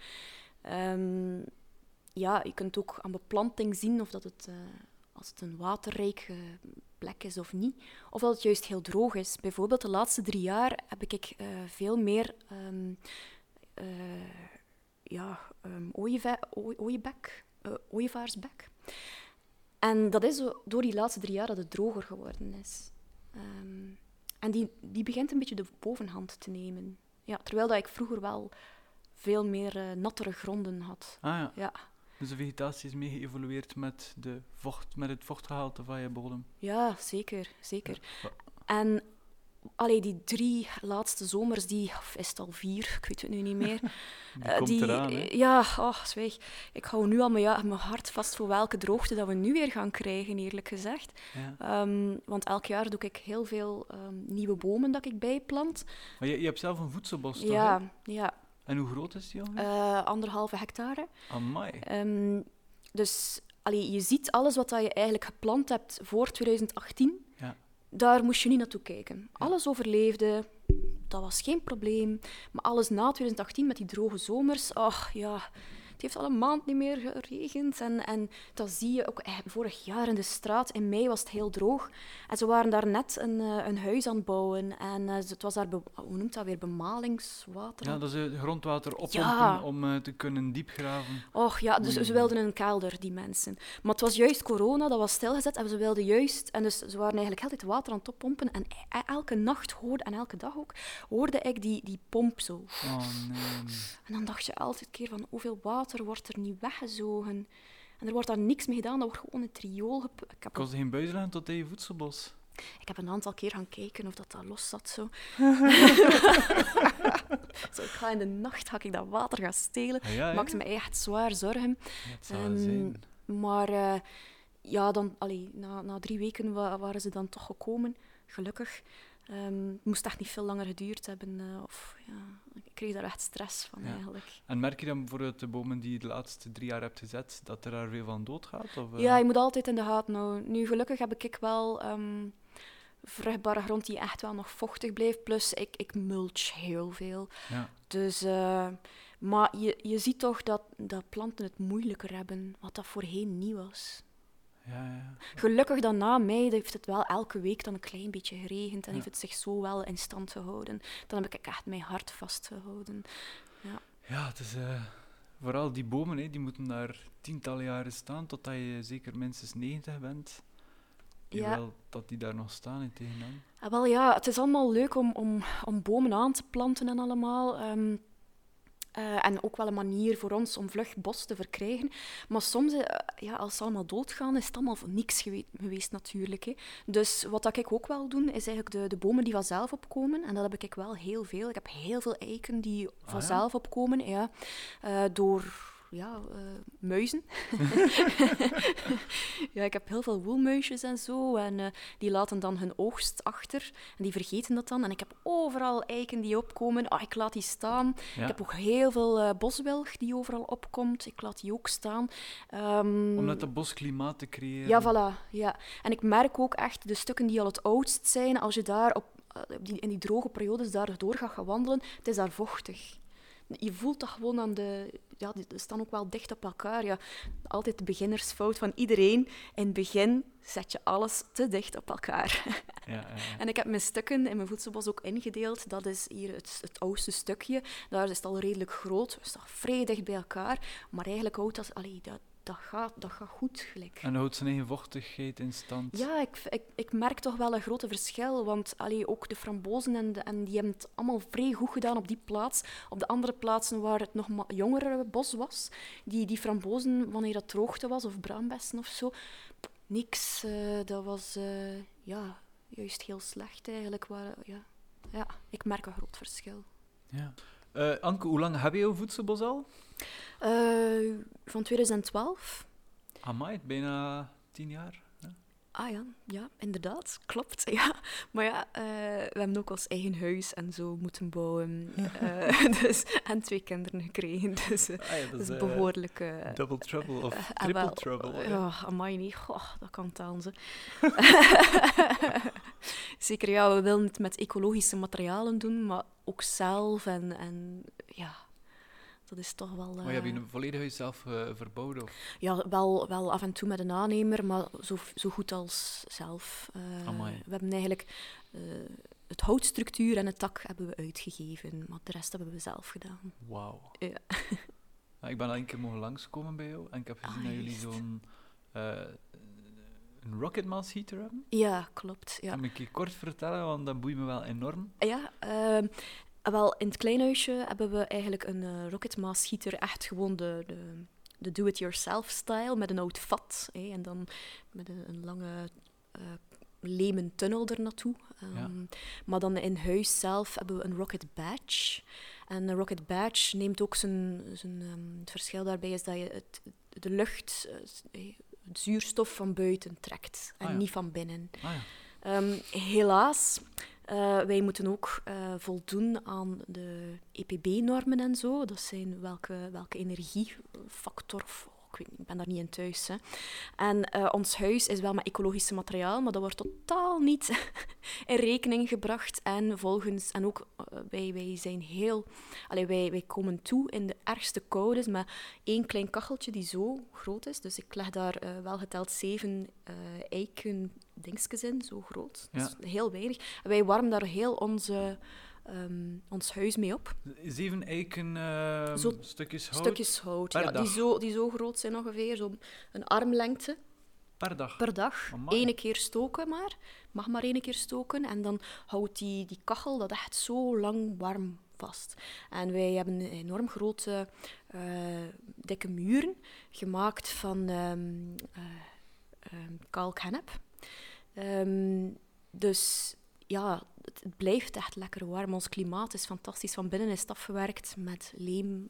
Je kunt ook aan beplanting zien of dat het, als het een waterrijke plek is of niet. Of dat het juist heel droog is. Bijvoorbeeld de laatste 3 jaar heb ik veel meer ooievaarsbek. En dat is door die laatste 3 jaar dat het droger geworden is. En die begint een beetje de bovenhand te nemen. Ja, terwijl dat ik vroeger wel veel meer nattere gronden had. Ja. Dus de vegetatie is mee geëvolueerd met het vochtgehalte van je bodem. Ja, zeker. Ja. En die 3 laatste zomers, of is het al 4, ik weet het nu niet meer. Die komt eraan, hè? Ja, zwijg. Ik hou nu al mijn hart vast voor welke droogte dat we nu weer gaan krijgen, eerlijk gezegd. Ja. Want elk jaar doe ik heel veel nieuwe bomen dat ik bijplant. Maar je hebt zelf een voedselbos, toch? Ja, hè? ja. En hoe groot is die al? 1,5 hectare. Amai. Dus je ziet alles wat je eigenlijk geplant hebt voor 2018. Ja. Daar moest je niet naartoe kijken. Alles overleefde, dat was geen probleem. Maar alles na 2018 met die droge zomers, het heeft al een maand niet meer geregend. En dat zie je ook vorig jaar in de straat. In mei was het heel droog. En ze waren daar net een huis aan het bouwen. En het was daar, hoe noemt dat weer, bemalingswater? Ja, dat is grondwater oppompen om te kunnen diepgraven. Dus ze wilden een kelder, die mensen. Maar het was juist corona, dat was stilgezet. En ze wilden juist... En dus ze waren eigenlijk altijd water aan het oppompen. En elke nacht en elke dag ook, hoorde ik die pomp zo. Oh, nee. En dan dacht je altijd een keer van, hoeveel water wordt er niet weggezogen? En er wordt daar niks mee gedaan, dat wordt gewoon in het riool Kost geen buis leggen tot in je voedselbos? Ik heb een aantal keer gaan kijken of dat los zat. Zo. Zo, ik ga in de nacht dat water gaan stelen. Maakte me echt zwaar zorgen. Het zou wel zijn. Maar dan, na 3 weken waren ze dan toch gekomen, gelukkig. Het moest echt niet veel langer geduurd hebben. Ik kreeg daar echt stress van eigenlijk. En merk je dan bijvoorbeeld de bomen die je de laatste 3 jaar hebt gezet, dat er daar veel van doodgaat? Of, Ja, je moet altijd in de gaten houden. Nu, gelukkig heb ik wel vruchtbare grond die echt wel nog vochtig blijft. Plus, ik mulch heel veel. Ja. Dus, maar je ziet toch dat planten het moeilijker hebben, wat dat voorheen niet was. Ja. Gelukkig dan na mei heeft het wel elke week dan een klein beetje geregend en heeft het zich zo wel in stand gehouden. Dan heb ik echt mijn hart vastgehouden. Ja, het is... Vooral die bomen, die moeten daar tientallen jaren staan, totdat je zeker minstens 90 bent. Jawel, dat die daar nog staan tegenaan. Wel ja, het is allemaal leuk om bomen aan te planten en allemaal. En ook wel een manier voor ons om vlug bos te verkrijgen. Maar soms, als ze allemaal doodgaan, is het allemaal voor niks geweest natuurlijk. Hè. Dus wat ik ook wel doe, is eigenlijk de bomen die vanzelf opkomen. En dat heb ik wel heel veel. Ik heb heel veel eiken die vanzelf opkomen. Ja. Door... muizen. Ik heb heel veel woelmuisjes en zo. En die laten dan hun oogst achter. En die vergeten dat dan. En ik heb overal eiken die opkomen. Ik laat die staan. Ja. Ik heb ook heel veel boswilg die overal opkomt. Ik laat die ook staan. Om net dat bosklimaat te creëren. Ja, voilà. Ja. En ik merk ook echt de stukken die al het oudst zijn. Als je daar in die droge periodes daardoor gaat gaan wandelen, het is daar vochtig. Je voelt dat gewoon aan die staan ook wel dicht op elkaar. Ja, altijd de beginnersfout van iedereen. In het begin zet je alles te dicht op elkaar. Ja. En ik heb mijn stukken in mijn voedselbos ook ingedeeld. Dat is hier het oudste stukje. Daar is het al redelijk groot. Het staat vrij dicht bij elkaar. Maar eigenlijk houdt dat gaat goed gelijk. En houdt zijn eigen vochtigheid in stand? Ja, ik merk toch wel een grote verschil. Want ook de frambozen en die hebben het allemaal vrij goed gedaan op die plaats. Op de andere plaatsen waar het nog jongere bos was, die frambozen, wanneer dat droogte was, of braambessen of zo, niks. Dat was juist heel slecht eigenlijk. Ik merk een groot verschil. Ja. Anke, hoe lang heb je jouw voedselbos al? Van 2012. Amai, bijna 10 jaar. Ja. Ah ja, inderdaad, klopt. Ja. Maar ja, we hebben ook ons eigen huis en zo moeten bouwen. En 2 kinderen gekregen, dus dat is behoorlijk... double trouble of triple trouble. Ja, amai, nee. Goh, dat kan tellen, ze. Zeker, ja, we willen het met ecologische materialen doen, maar ook zelf en ja... Dat is toch wel... Maar heb je een volledig huis zelf verbouwd? Of? Ja, wel af en toe met een aannemer, maar zo goed als zelf. We hebben eigenlijk het houtstructuur en het dak hebben we uitgegeven, maar de rest hebben we zelf gedaan. Wauw. Ja. Ik ben al een keer mogen langskomen bij jou en ik heb gezien dat jullie zo'n een rocket mass heater hebben. Ja, klopt. Ja. Kan je een keer kort vertellen, want dat boeit me wel enorm. Ja, wel, in het kleinhuisje hebben we eigenlijk een rocket mass heater, echt gewoon de do-it-yourself style, met een oud vat en dan met een lange lemen tunnel er naartoe. Maar dan in huis zelf hebben we een rocket badge. En een rocket badge neemt ook het verschil daarbij is dat je de lucht, het zuurstof van buiten trekt en niet van binnen. Helaas... wij moeten ook voldoen aan de EPB-normen en zo. Dat zijn welke energiefactor... Ik ben daar niet in thuis. Hè. En ons huis is wel met ecologische materiaal, maar dat wordt totaal niet in rekening gebracht. En ook wij zijn heel... wij komen toe in de ergste koudes met 1 klein kacheltje die zo groot is. Dus ik leg daar wel geteld 7 eiken dingetjes in, zo groot. Ja. Dat is heel weinig. En wij warmen daar heel ons huis mee op. 7 eiken stukjes hout? Stukjes hout, ja, die zo groot zijn ongeveer, zo een armlengte. Per dag. 1 keer stoken maar. Mag maar 1 keer stoken. En dan houdt die kachel dat echt zo lang warm vast. En wij hebben enorm grote, dikke muren gemaakt van kalkhennep. Dus ja, het blijft echt lekker warm. Ons klimaat is fantastisch. Van binnen is het afgewerkt met leem.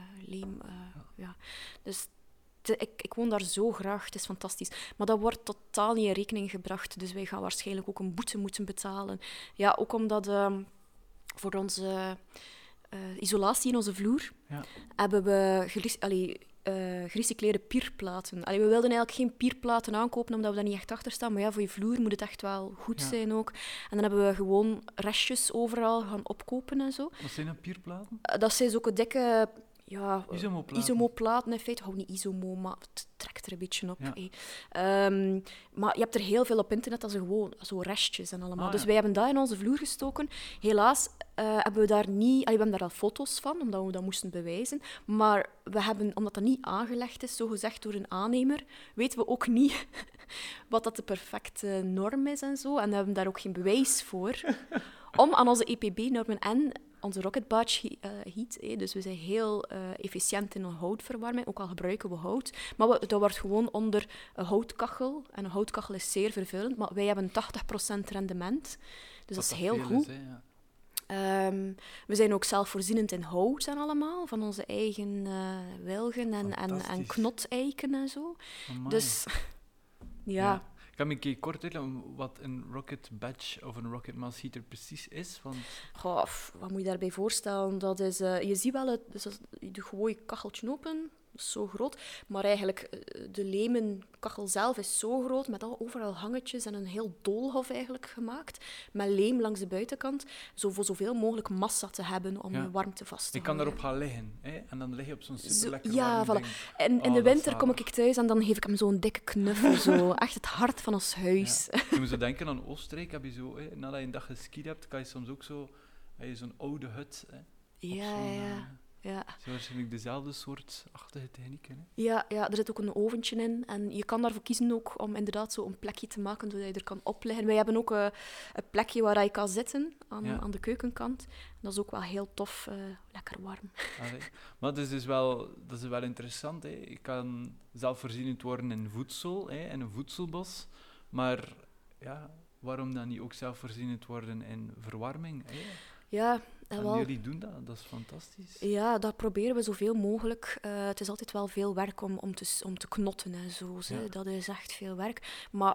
Ja. Dus ik woon daar zo graag. Het is fantastisch. Maar dat wordt totaal niet in rekening gebracht. Dus wij gaan waarschijnlijk ook een boete moeten betalen. Ja, ook omdat voor onze isolatie in onze vloer hebben we gerecycleerde pierplaten. We wilden eigenlijk geen pierplaten aankopen, omdat we daar niet echt achter staan. Maar ja, voor je vloer moet het echt wel goed zijn ook. En dan hebben we gewoon restjes overal gaan opkopen en zo. Wat zijn dat, pierplaten? Dat zijn zulke dikke... Ja, isomoplaten. In feite. Niet isomo, maar het trekt er een beetje op. Ja. Maar je hebt er heel veel op internet, dat zijn gewoon zo restjes en allemaal. Dus ja. wij hebben dat in onze vloer gestoken. Helaas hebben we daar niet... we hebben daar al foto's van, omdat we dat moesten bewijzen. Maar we hebben, omdat dat niet aangelegd is, zogezegd door een aannemer, weten we ook niet wat dat de perfecte norm is en zo. En we hebben daar ook geen bewijs voor. Om aan onze EPB-normen en onze Rocket Badge heat. Dus we zijn heel efficiënt in een houtverwarming, ook al gebruiken we hout. Maar dat wordt gewoon onder een houtkachel. En een houtkachel is zeer vervuilend, maar wij hebben 80% rendement. Dus dat is heel goed. Is, ja. We zijn ook zelfvoorzienend in hout en allemaal, van onze eigen wilgen en knoteiken en zo. Amai. Dus ja. Ik kan me een keer kort uitleggen wat een Rocket Badge of een Rocket Mass Heater precies is. Want... Goh, wat moet je daarbij voorstellen? Dat is, je ziet wel, je gooit je kacheltje open, dat is zo groot. Maar eigenlijk, de lemen kachel zelf is zo groot, met overal hangetjes en een heel doolhof eigenlijk gemaakt. Met leem langs de buitenkant, voor zoveel mogelijk massa te hebben om je warmte vast te houden. Je kan daarop gaan liggen, hè? En dan lig je op zo'n superlekker warm ding. En in de winter kom ik thuis en dan geef ik hem zo'n dikke knuffel. Zo. Echt het hart van ons huis. Ja. Je moet zo denken aan Oostenrijk. Heb je zo, nadat je een dag geskied hebt, kan je soms ook zo... zo'n oude hut. Ja. Zo waarschijnlijk dezelfde soortachtige technieken. Hè? Ja, er zit ook een oventje in. En je kan daarvoor kiezen ook om inderdaad zo een plekje te maken, zodat je er kan opleggen. Wij hebben ook een plekje waar je kan zitten, aan de keukenkant. Dat is ook wel heel tof, lekker warm. Maar dat is wel interessant. Hè? Je kan zelfvoorzienend worden in voedsel, in een voedselbos. Maar ja, waarom dan niet ook zelfvoorzienend worden in verwarming? Hè? Ja, en wel. Jullie doen dat is fantastisch. Ja, dat proberen we zoveel mogelijk. Het is altijd wel veel werk om te knotten en zo. Ja. Dat is echt veel werk. Maar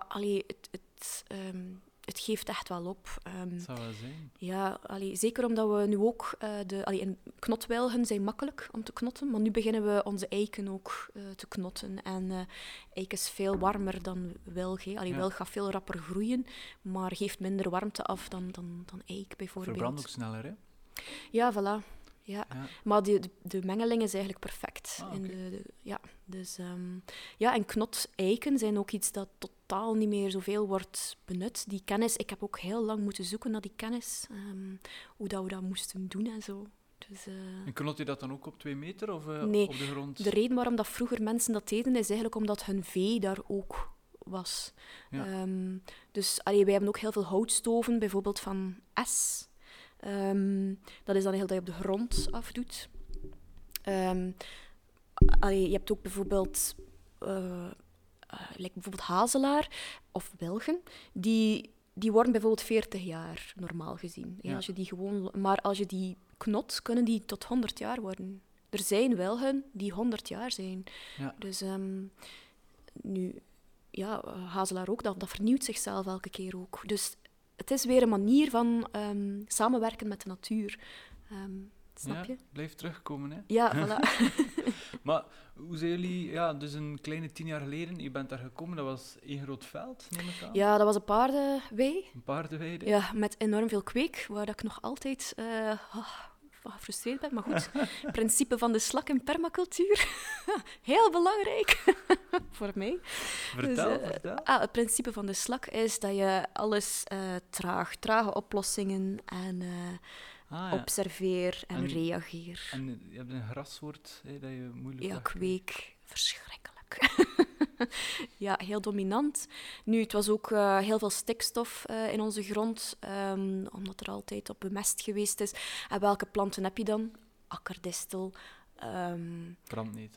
het geeft echt wel op. Het zou wel zijn. Ja, zeker omdat we nu ook... knotwilgen zijn makkelijk om te knotten, maar nu beginnen we onze eiken ook te knotten. En eik is veel warmer dan wilg. Wilg gaat veel rapper groeien, maar geeft minder warmte af dan eik bijvoorbeeld. Verbrandt ook sneller, hè? Ja, voilà. Ja. Maar de mengeling is eigenlijk perfect. En knoteiken zijn ook iets dat totaal niet meer zoveel wordt benut. Die kennis, ik heb ook heel lang moeten zoeken naar die kennis. Hoe dat we dat moesten doen en zo. Dus, en knot je dat dan ook op 2 meter of nee, op de grond? De reden waarom dat vroeger mensen dat deden, is eigenlijk omdat hun vee daar ook was. Ja. Dus wij hebben ook heel veel houtstoven, bijvoorbeeld van S. Dat is dan heel dat je op de grond afdoet. Je hebt ook bijvoorbeeld, bijvoorbeeld hazelaar of wilgen, die worden bijvoorbeeld 40 jaar normaal gezien. Ja. Als je die maar als je die knot, kunnen die tot 100 jaar worden. Er zijn wilgen die 100 jaar zijn. Ja. Dus hazelaar ook, dat vernieuwt zichzelf elke keer ook. Dus het is weer een manier van samenwerken met de natuur. Snap je? Blijft terugkomen, hè? Ja, voilà. Maar hoe zijn jullie... dus een kleine 10 jaar geleden, je bent daar gekomen, dat was één groot veld, neem ik aan? Ja, dat was een paardenwei. Een paardenweide? Ja, met enorm veel kweek, waar ik nog altijd gefrustreerd ben. Maar goed, het principe van de slak in permacultuur. Heel belangrijk voor mij. Vertel. Het principe van de slak is dat je alles trage oplossingen en observeer en reageer. En je hebt een grassoort dat je moeilijk... Ja, kweek. Verschrikkelijk. Ja, heel dominant. Nu, het was ook heel veel stikstof in onze grond, omdat er altijd op bemest geweest is. En welke planten heb je dan? Akkerdistel.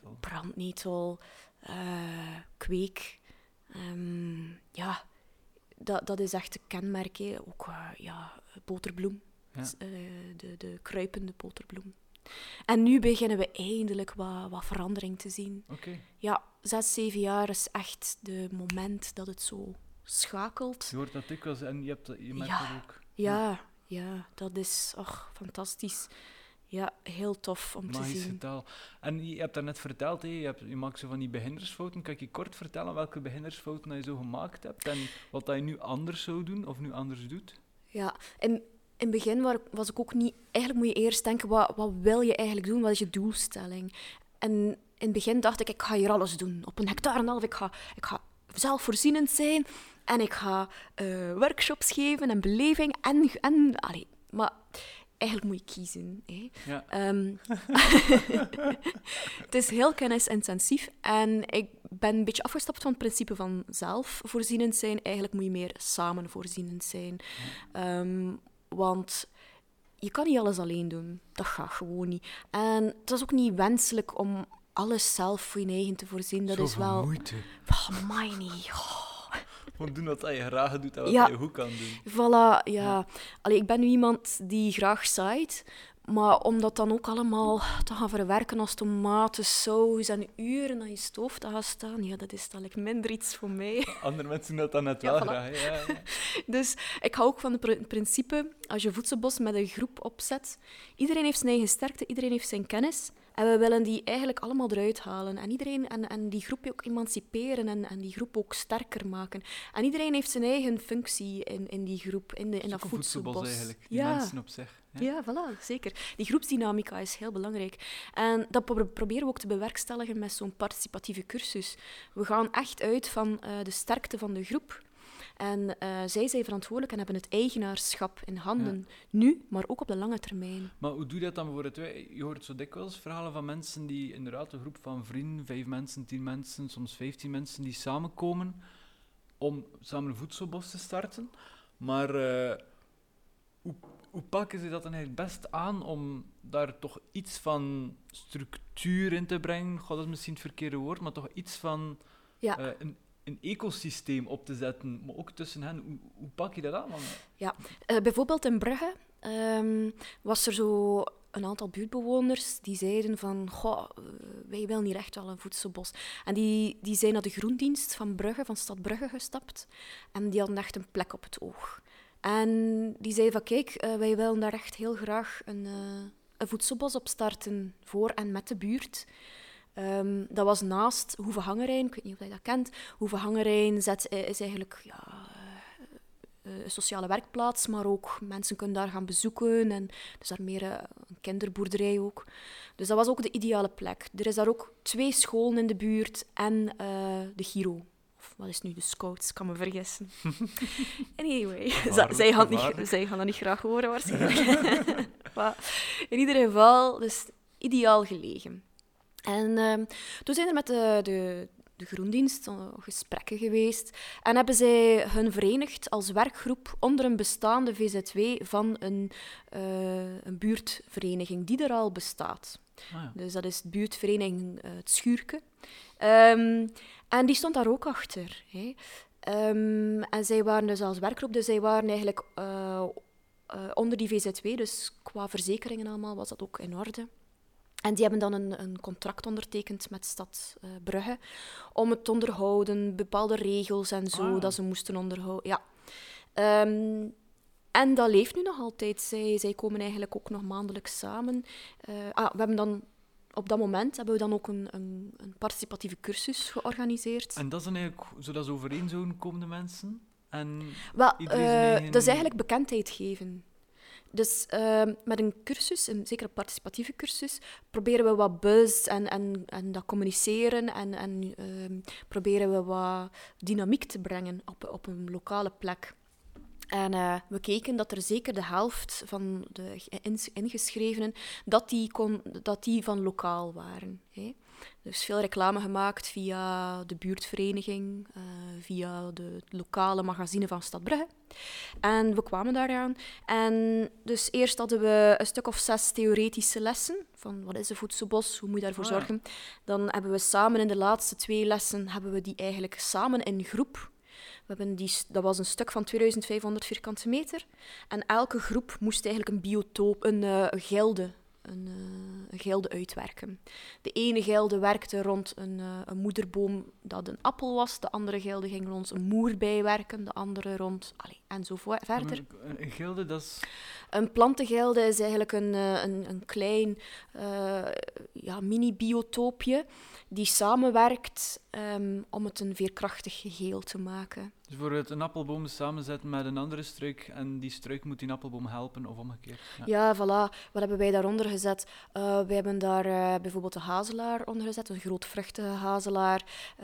Brandnetel. Kweek. dat is echt een kenmerk. Hè. Ook boterbloem. Ja. De kruipende boterbloem. En nu beginnen we eindelijk wat verandering te zien. Oké. Ja, 6, 7 jaar is echt de moment dat het zo schakelt. Je hoort dat dikwijls en je merkt dat ook. Ja, dat is fantastisch. Ja, heel tof om te Magische zien. taal. En je hebt daarnet verteld, je maakt zo van die beginnersfouten. Kan je kort vertellen welke beginnersfouten dat je zo gemaakt hebt en wat dat je nu anders zou doen of nu anders doet? Ja, in het begin was ik ook niet... Eigenlijk moet je eerst denken, wat wil je eigenlijk doen? Wat is je doelstelling? En in het begin dacht ik ga hier alles doen. Op 1,5 hectare. Ik ga zelfvoorzienend zijn. En ik ga workshops geven en beleving. Maar eigenlijk moet je kiezen. Hè. Ja. Het is heel kennisintensief. En ik ben een beetje afgestapt van het principe van zelfvoorzienend zijn. Eigenlijk moet je meer samenvoorzienend zijn. Want je kan niet alles alleen doen. Dat gaat gewoon niet. En het is ook niet wenselijk om alles zelf voor je eigen te voorzien. Dat is wel... moeite. Amai, niet. Gewoon doen wat je graag doet en wat je goed kan doen. Voilà, ja. Allee, ik ben nu iemand die graag zaait. Maar om dat dan ook allemaal te gaan verwerken als tomaten, saus en uren aan je stoof te gaan staan, ja, dat is dan minder iets voor mij. Andere mensen doen dat dan net wel voilà. graag. Ja. Dus ik hou ook van het principe, als je voedselbos met een groep opzet, iedereen heeft zijn eigen sterkte, iedereen heeft zijn kennis. En we willen die eigenlijk allemaal eruit halen. En iedereen en die groep ook emanciperen en die groep ook sterker maken. En iedereen heeft zijn eigen functie in die groep, in dat voedselbos. Eigenlijk, die mensen op zich. Ja, voilà, zeker. Die groepsdynamica is heel belangrijk. En dat proberen we ook te bewerkstelligen met zo'n participatieve cursus. We gaan echt uit van de sterkte van de groep. En zij zijn verantwoordelijk en hebben het eigenaarschap in handen. Ja. Nu, maar ook op de lange termijn. Maar hoe doe je dat dan bijvoorbeeld? Je hoort zo dikwijls verhalen van mensen die inderdaad een groep van vrienden, 5 mensen, 10 mensen, soms 15 mensen, die samenkomen om samen een voedselbos te starten. Maar hoe pakken ze dat dan eigenlijk best aan om daar toch iets van structuur in te brengen? God, dat is misschien het verkeerde woord, maar toch iets van een ecosysteem op te zetten, maar ook tussen hen. Hoe pak je dat aan? Ja, bijvoorbeeld in Brugge was er zo een aantal buurtbewoners die zeiden van, wij willen hier echt wel een voedselbos. En die zijn naar de groendienst van Brugge, van stad Brugge gestapt. En die hadden echt een plek op het oog. En die zeiden van, kijk, wij willen daar echt heel graag een voedselbos op starten voor en met de buurt. Dat was naast Hoeve Hangerijn, ik weet niet of je dat kent. Hoeve Hangerijn is eigenlijk een sociale werkplaats, maar ook mensen kunnen daar gaan bezoeken. En dus daar meer een kinderboerderij ook. Dus dat was ook de ideale plek. Er is daar ook 2 scholen in de buurt en de Giro. Of wat is nu de Scouts, kan me vergissen. Anyway, zij gaan dat niet graag horen waarschijnlijk. Maar in ieder geval, dus ideaal gelegen. En toen zijn er met de groendienst gesprekken geweest en hebben zij hun verenigd als werkgroep onder een bestaande VZW van een buurtvereniging die er al bestaat. Ah, ja. Dus dat is de buurtvereniging Het Schuurke. En die stond daar ook achter. Hè. En zij waren dus als werkgroep, dus zij waren eigenlijk onder die VZW, dus qua verzekeringen allemaal was dat ook in orde. En die hebben dan een contract ondertekend met stad Brugge om het te onderhouden, bepaalde regels en zo, dat ze moesten onderhouden. Ja. En dat leeft nu nog altijd. Zij komen eigenlijk ook nog maandelijks samen. We hebben dan... Op dat moment hebben we dan ook een participatieve cursus georganiseerd. En dat is dan eigenlijk zodat ze overeen zouden komen, de mensen? En dat is eigenlijk bekendheid geven. Dus met een cursus, zeker een participatieve cursus, proberen we wat buzz en dat communiceren en proberen we wat dynamiek te brengen op een lokale plek. En we keken dat er zeker de helft van de ingeschrevenen, dat die van lokaal waren. Hè. Dus veel reclame gemaakt via de buurtvereniging, via de lokale magazine van Stad Brugge. En we kwamen daaraan. En dus eerst hadden we een stuk of 6 theoretische lessen. Van wat is een voedselbos, hoe moet je daarvoor zorgen. Dan hebben we samen in de laatste 2 lessen, hebben we die eigenlijk samen in groep. We Dat was een stuk van 2500 vierkante meter. En elke groep moest eigenlijk een biotoop, een gilde uitwerken. De ene gilde werkte rond een moederboom dat een appel was. De andere gilde ging rond een moerbei werken. De andere rond... en zo verder. Een gilde, dat is... Een plantengilde is eigenlijk een klein mini-biotoopje die samenwerkt om het een veerkrachtig geheel te maken. Dus bijvoorbeeld een appelboom samenzetten met een andere struik en die struik moet die appelboom helpen of omgekeerd. Ja, voilà. Wat hebben wij daaronder gezet? Wij hebben daar bijvoorbeeld een hazelaar onder gezet, een grootvruchtige hazelaar.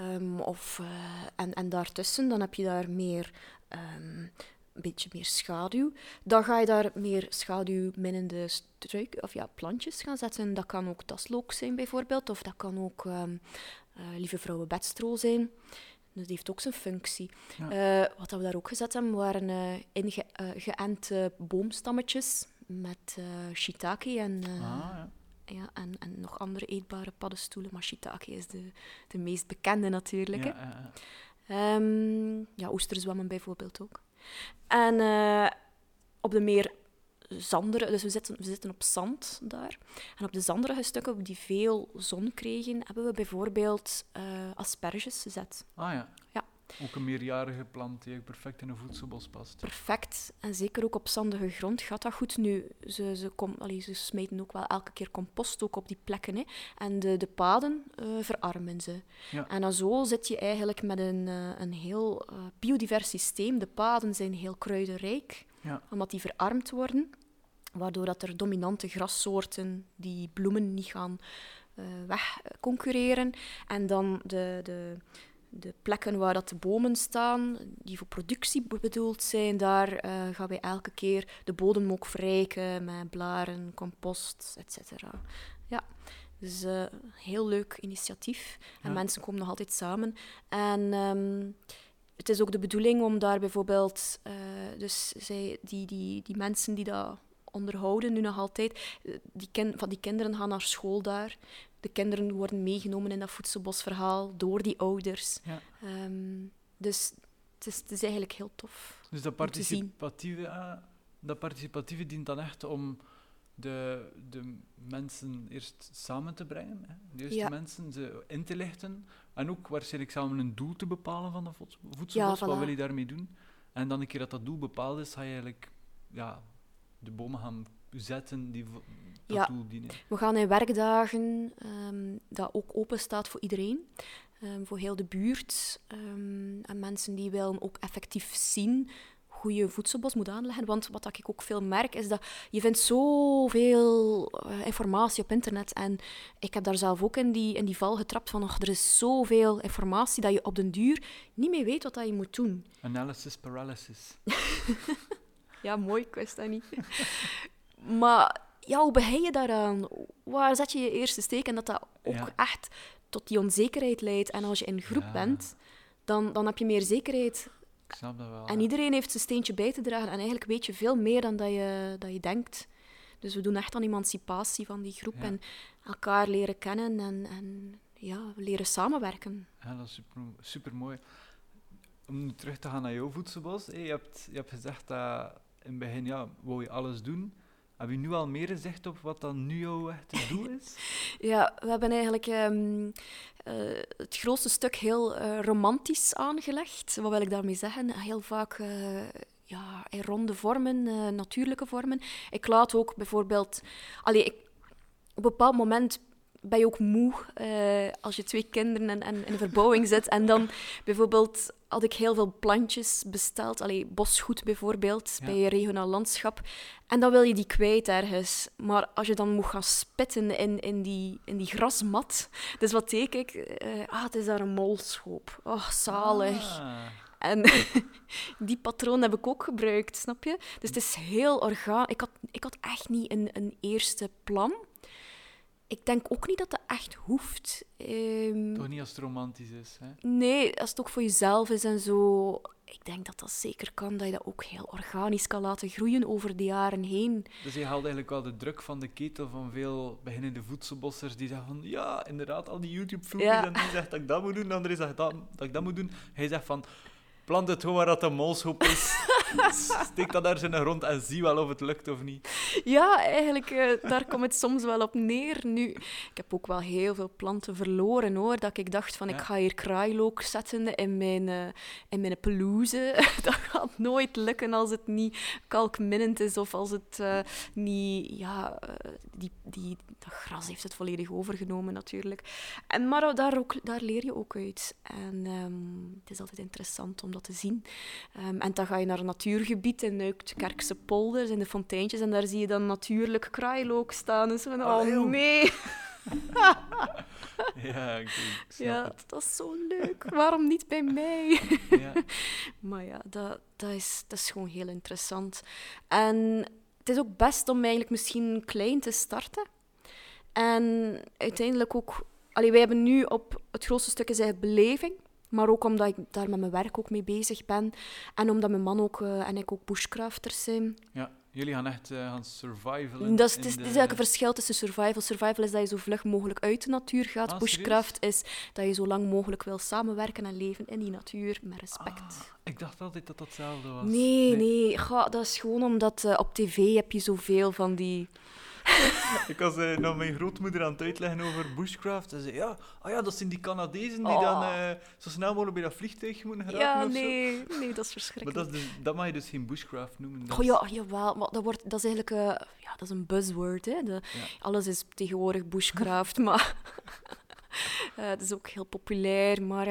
En daartussen dan heb je daar meer... een beetje meer schaduw. Dan ga je daar meer schaduwminnende plantjes gaan zetten. Dat kan ook taslook zijn bijvoorbeeld, of dat kan ook lieve vrouwen bedstro zijn. Dat heeft ook zijn functie. Ja. Wat we daar ook gezet hebben, waren geënte boomstammetjes met shiitake en... Ja, en nog andere eetbare paddenstoelen, maar shiitake is de meest bekende natuurlijk. Oesterzwammen bijvoorbeeld ook. En op de meer zandere... Dus we zitten op zand daar. En op de zanderige stukken die veel zon kregen, hebben we bijvoorbeeld asperges gezet. Ah ja. Ja. Ook een meerjarige plant die perfect in een voedselbos past. Perfect. En zeker ook op zandige grond gaat dat goed. Nu, ze smijten ook wel elke keer compost ook op die plekken. Hè. En de paden verarmen ze. Ja. En dan zo zit je eigenlijk met een heel biodivers systeem. De paden zijn heel kruidenrijk, omdat die verarmd worden. Waardoor dat er dominante grassoorten die bloemen niet gaan wegconcurreren. En dan de plekken waar dat de bomen staan, die voor productie bedoeld zijn, daar gaan wij elke keer de bodem ook verrijken met blaren, compost, etc. Ja, dus een heel leuk initiatief. En mensen komen nog altijd samen. En het is ook de bedoeling om daar bijvoorbeeld... die mensen die dat onderhouden, nu nog altijd, van die kinderen gaan naar school daar. De kinderen worden meegenomen in dat voedselbosverhaal door die ouders. Ja. Dus het is eigenlijk heel tof. Dus dat participatieve dient dan echt om de mensen eerst samen te brengen, hè? De juiste mensen ze in te lichten en ook waarschijnlijk samen een doel te bepalen van dat voedselbos. Wat wil je daarmee doen? En dan een keer dat doel bepaald is, ga je eigenlijk de bomen gaan zetten die dat doel dienen. We gaan in werkdagen dat ook open staat voor iedereen. Voor heel de buurt. En mensen die willen ook effectief zien hoe je voedselbos moet aanleggen. Want wat ik ook veel merk, is dat je vindt zoveel informatie op internet. En ik heb daar zelf ook in die val getrapt van, er is zoveel informatie dat je op den duur niet meer weet wat dat je moet doen. Analysis paralysis. Ja, mooi, ik wist dat niet. Maar hoe begin je daaraan? Waar zet je je eerste steek? En dat ook echt tot die onzekerheid leidt. En als je in groep bent, dan heb je meer zekerheid. Ik snap dat wel. En iedereen heeft zijn steentje bij te dragen. En eigenlijk weet je veel meer dan dat je denkt. Dus we doen echt aan emancipatie van die groep. Ja. En elkaar leren kennen en leren samenwerken. Ja, dat is super mooi. Om nu terug te gaan naar jouw voedselbos. Je hebt gezegd dat in het begin wou je alles doen. Heb je nu al meer zicht op wat dan nu jouw echte doel is? Ja, we hebben eigenlijk het grootste stuk heel romantisch aangelegd. Wat wil ik daarmee zeggen? Heel vaak in ronde vormen, natuurlijke vormen. Ik laat ook bijvoorbeeld... op een bepaald moment ben je ook moe als je 2 kinderen en in een verbouwing zit. En dan bijvoorbeeld had ik heel veel plantjes besteld. Bosgoed bijvoorbeeld, bij je regionaal landschap. En dan wil je die kwijt ergens. Maar als je dan moet gaan spitten in die grasmat... Dus wat teken ik? Het is daar een molschoop. Oh, zalig. En die patroon heb ik ook gebruikt, snap je? Dus het is heel organisch. Ik had echt niet een eerste plan. Ik denk ook niet dat dat echt hoeft. Toch niet als het romantisch is, hè? Nee, als het ook voor jezelf is en zo. Ik denk dat dat zeker kan, dat je dat ook heel organisch kan laten groeien over de jaren heen. Dus je haalt eigenlijk wel de druk van de ketel van veel beginnende voedselbossers die zeggen van, inderdaad, al die YouTube-filmpjes en die zegt dat ik dat moet doen, de andere zegt dat ik dat moet doen. Hij zegt van, Plant het gewoon waar dat de molshoop is. Steek dat daar in de grond en zie wel of het lukt of niet. Ja, eigenlijk, daar komt het soms wel op neer. Nu, ik heb ook wel heel veel planten verloren, hoor. Dat ik dacht van, ik ga hier kraailook zetten in mijn pelouse. Dat gaat nooit lukken als het niet kalkminnend is of als het niet... Ja, dat gras heeft het volledig overgenomen, natuurlijk. Maar daar leer je ook uit. En het is altijd interessant om dat te zien. En dan ga je naar een natuurgebied in de Kerkse polders, in de fonteintjes, en daar zie je dan natuurlijk kraailook staan. Dus van, oh nee. Ja, ik snap het. Dat is zo leuk. Waarom niet bij mij? Ja. Maar ja, dat is gewoon heel interessant. En het is ook best om eigenlijk misschien klein te starten. En uiteindelijk ook... wij hebben nu op het grootste stuk is eigenlijk beleving. Maar ook omdat ik daar met mijn werk ook mee bezig ben. En omdat mijn man ook en ik ook bushcrafters zijn. Ja, jullie gaan echt gaan survivalen. Het is eigenlijk een verschil tussen survival. Survival is dat je zo vlug mogelijk uit de natuur gaat. Bushcraft is dat je zo lang mogelijk wil samenwerken en leven in die natuur met respect. Ik dacht altijd dat dat hetzelfde was. Nee. Dat is gewoon omdat op tv heb je zoveel van die... Ik was naar mijn grootmoeder aan het uitleggen over bushcraft. En zei, dat zijn die Canadezen die dan zo snel mogelijk bij dat vliegtuig moeten geraken of zo. Nee, dat is verschrikkelijk. Maar dat mag je dus geen bushcraft noemen. Jawel, maar dat is eigenlijk dat is een buzzword. Hè. Alles is tegenwoordig bushcraft, maar het is ook heel populair. Maar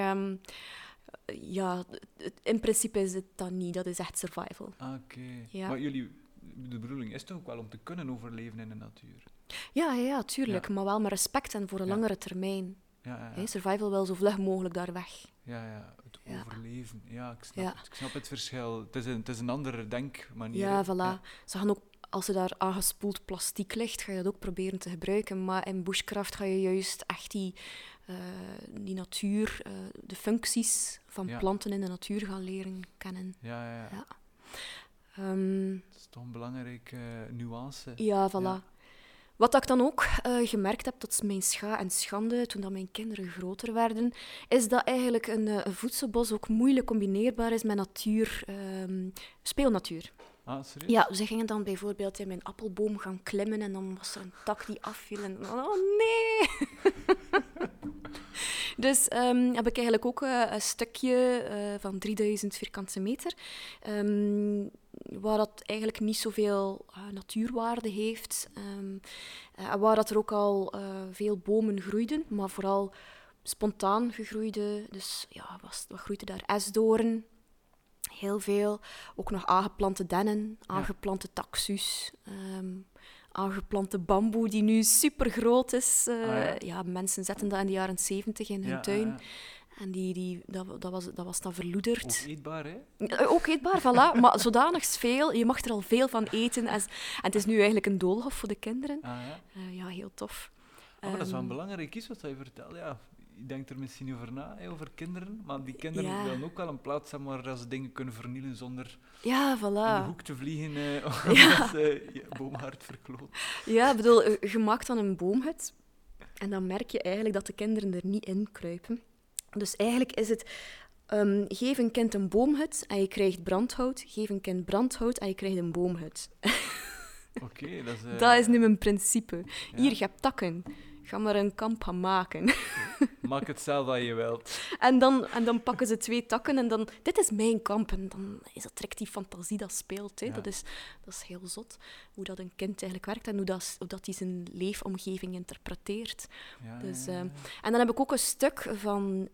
in principe is het dat niet. Dat is echt survival. Oké. Ja. Maar de bedoeling is toch ook wel om te kunnen overleven in de natuur? Ja, tuurlijk. Ja. Maar wel met respect en voor een langere termijn. Ja. Survival wil zo vlug mogelijk daar weg. Ja, het overleven. Ja, ik snap het verschil. Het is een andere denkmanier. Ja, voilà. Ja. Ze gaan ook, als er daar aangespoeld plastiek ligt, ga je dat ook proberen te gebruiken. Maar in bushcraft ga je juist echt die natuur, de functies van planten in de natuur gaan leren kennen. Ja. Dat is toch een belangrijke nuance. Ja, voilà. Ja. Wat ik dan ook gemerkt heb, tot mijn scha en schande, toen dat mijn kinderen groter werden, is dat eigenlijk een voedselbos ook moeilijk combineerbaar is met natuur, speelnatuur. Ah, serieus? Ja, ze gingen dan bijvoorbeeld in mijn appelboom gaan klimmen en dan was er een tak die afviel en oh nee! Dus heb ik eigenlijk ook een stukje van 3000 vierkante meter, waar dat eigenlijk niet zoveel natuurwaarde heeft. Waar dat er ook al veel bomen groeiden, maar vooral spontaan gegroeide. Dus ja, wat groeide daar? Esdoorn, heel veel. Ook nog aangeplante dennen, aangeplante taxus, aangeplante bamboe, die nu super groot is. Mensen zetten dat in de jaren 70 in hun tuin. En dat was dan verloederd. Ook eetbaar, hè? Ook eetbaar, voilà. Maar zodanig veel. Je mag er al veel van eten. En het is nu eigenlijk een doolhof voor de kinderen. Ja, heel tof. Maar dat is wel een belangrijk iets wat je vertelt. Ja, je denkt er misschien over na, over kinderen. Maar die kinderen willen ook wel een plaats hebben waar ze dingen kunnen vernielen zonder in de hoek te vliegen omdat ze je boomhard verkloot. Ja, ik bedoel, je maakt dan een boomhut. En dan merk je eigenlijk dat de kinderen er niet in kruipen. Dus eigenlijk is het, geef een kind een boomhut en je krijgt brandhout. Geef een kind brandhout en je krijgt een boomhut. Oké, dat is nu mijn principe. Ja. Hier, je hebt takken. Ga maar een kamp gaan maken. Maak het zelf wat je wilt. En dan pakken ze 2 takken en dan... Dit is mijn kamp. En dan is dat direct die fantasie dat speelt. Hè. Ja. Dat is heel zot. Hoe dat een kind eigenlijk werkt en hoe dat hij zijn leefomgeving interpreteert. Ja, dus, en dan heb ik ook een stuk van...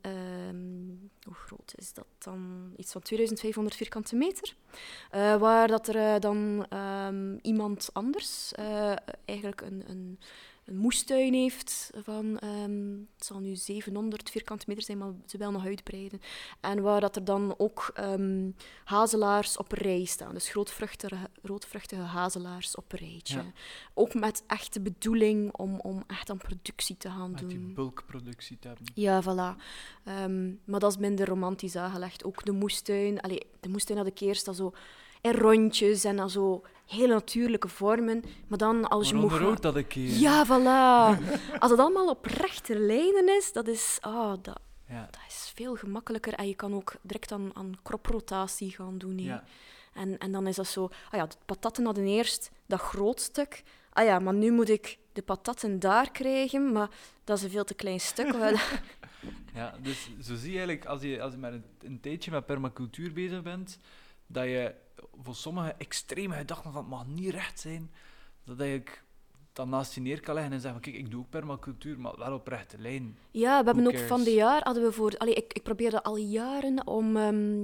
hoe groot is dat dan? Iets van 2500 vierkante meter. Waar dat er dan iemand anders eigenlijk een moestuin heeft van, het zal nu 700 vierkante meter zijn, maar ze wil nog uitbreiden. En waar dat er dan ook hazelaars op een rij staan. Dus roodvruchtige hazelaars op een rijtje. Ja. Ook met echt de bedoeling om echt aan productie te gaan doen. Die bulkproductie te hebben. Ja, voilà. Maar dat is minder romantisch aangelegd. Ook de moestuin. De moestuin had ik eerst al zo in rondjes en al zo heel natuurlijke vormen. Maar dan als je onderhoud dat een keer. Ja, voilà. Als het allemaal op rechte lijnen is, dat is... Ja. Dat is veel gemakkelijker en je kan ook direct aan kroprotatie gaan doen. Hè. Ja. En dan is dat zo... de patatten hadden eerst dat groot stuk. Maar nu moet ik de patatten daar krijgen, maar dat is een veel te klein stuk. Ja, dus zo zie je eigenlijk, als je maar een tijdje met permacultuur bezig bent, dat je voor sommige extreme gedachten van het mag niet recht zijn, dat je dan naast je neer kan leggen en zeggen van, kijk, ik doe ook permacultuur, maar wel op rechte lijn. Ja, we hebben Who ook cares? van de jaar... Hadden we voor, ik probeerde al jaren om...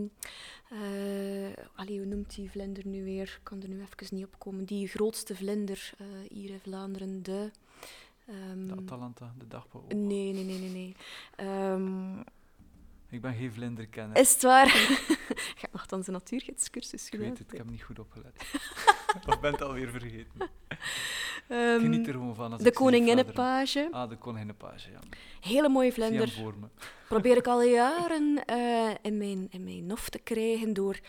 hoe noemt die vlinder nu weer? Ik kan er nu even niet op komen. Die grootste vlinder hier in Vlaanderen, de Atalanta, de dagpauw. Nee. Ik ben geen vlinderkenner. Is het waar? Je hebt nogthans een natuurgidscursus Ik gedaan. weet het, ik heb niet goed opgelet. Of ben het alweer vergeten. Ehm, Geniet er gewoon van. Als de ik zie fladderen. koninginnenpage. Ah, de koninginnenpage, ja. Hele mooie Ik zie hem vlinder. voor me. Probeer ik al jaren in mijn nof te krijgen door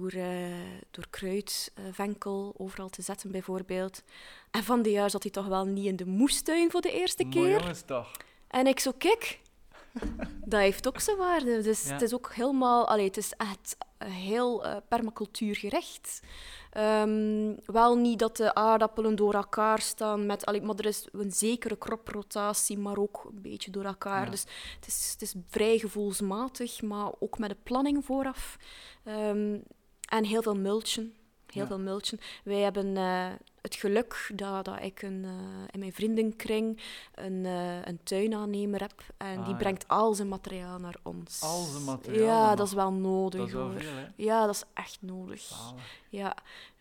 kruidvenkel overal te zetten, bijvoorbeeld. En van de jaar zat hij toch wel niet in de moestuin voor de eerste Mooi keer. jongens, toch? En ik zo, kijk, dat heeft ook zijn waarde. Dus Ja. het is ook helemaal... het is echt heel permacultuurgerecht. Wel niet dat de aardappelen door elkaar staan, maar er is een zekere kroprotatie, maar ook een beetje door elkaar. Ja. Dus het is vrij gevoelsmatig, maar ook met de planning vooraf. En heel veel mulchen. Veel mulchen. Wij hebben het geluk dat ik in mijn vriendenkring een tuinaannemer heb. En die brengt al zijn materiaal naar ons. Al zijn materiaal? Ja, dat is wel nodig. Dat is wel hoor. veel, hè? Ja, dat is echt nodig. Zalig. Ja.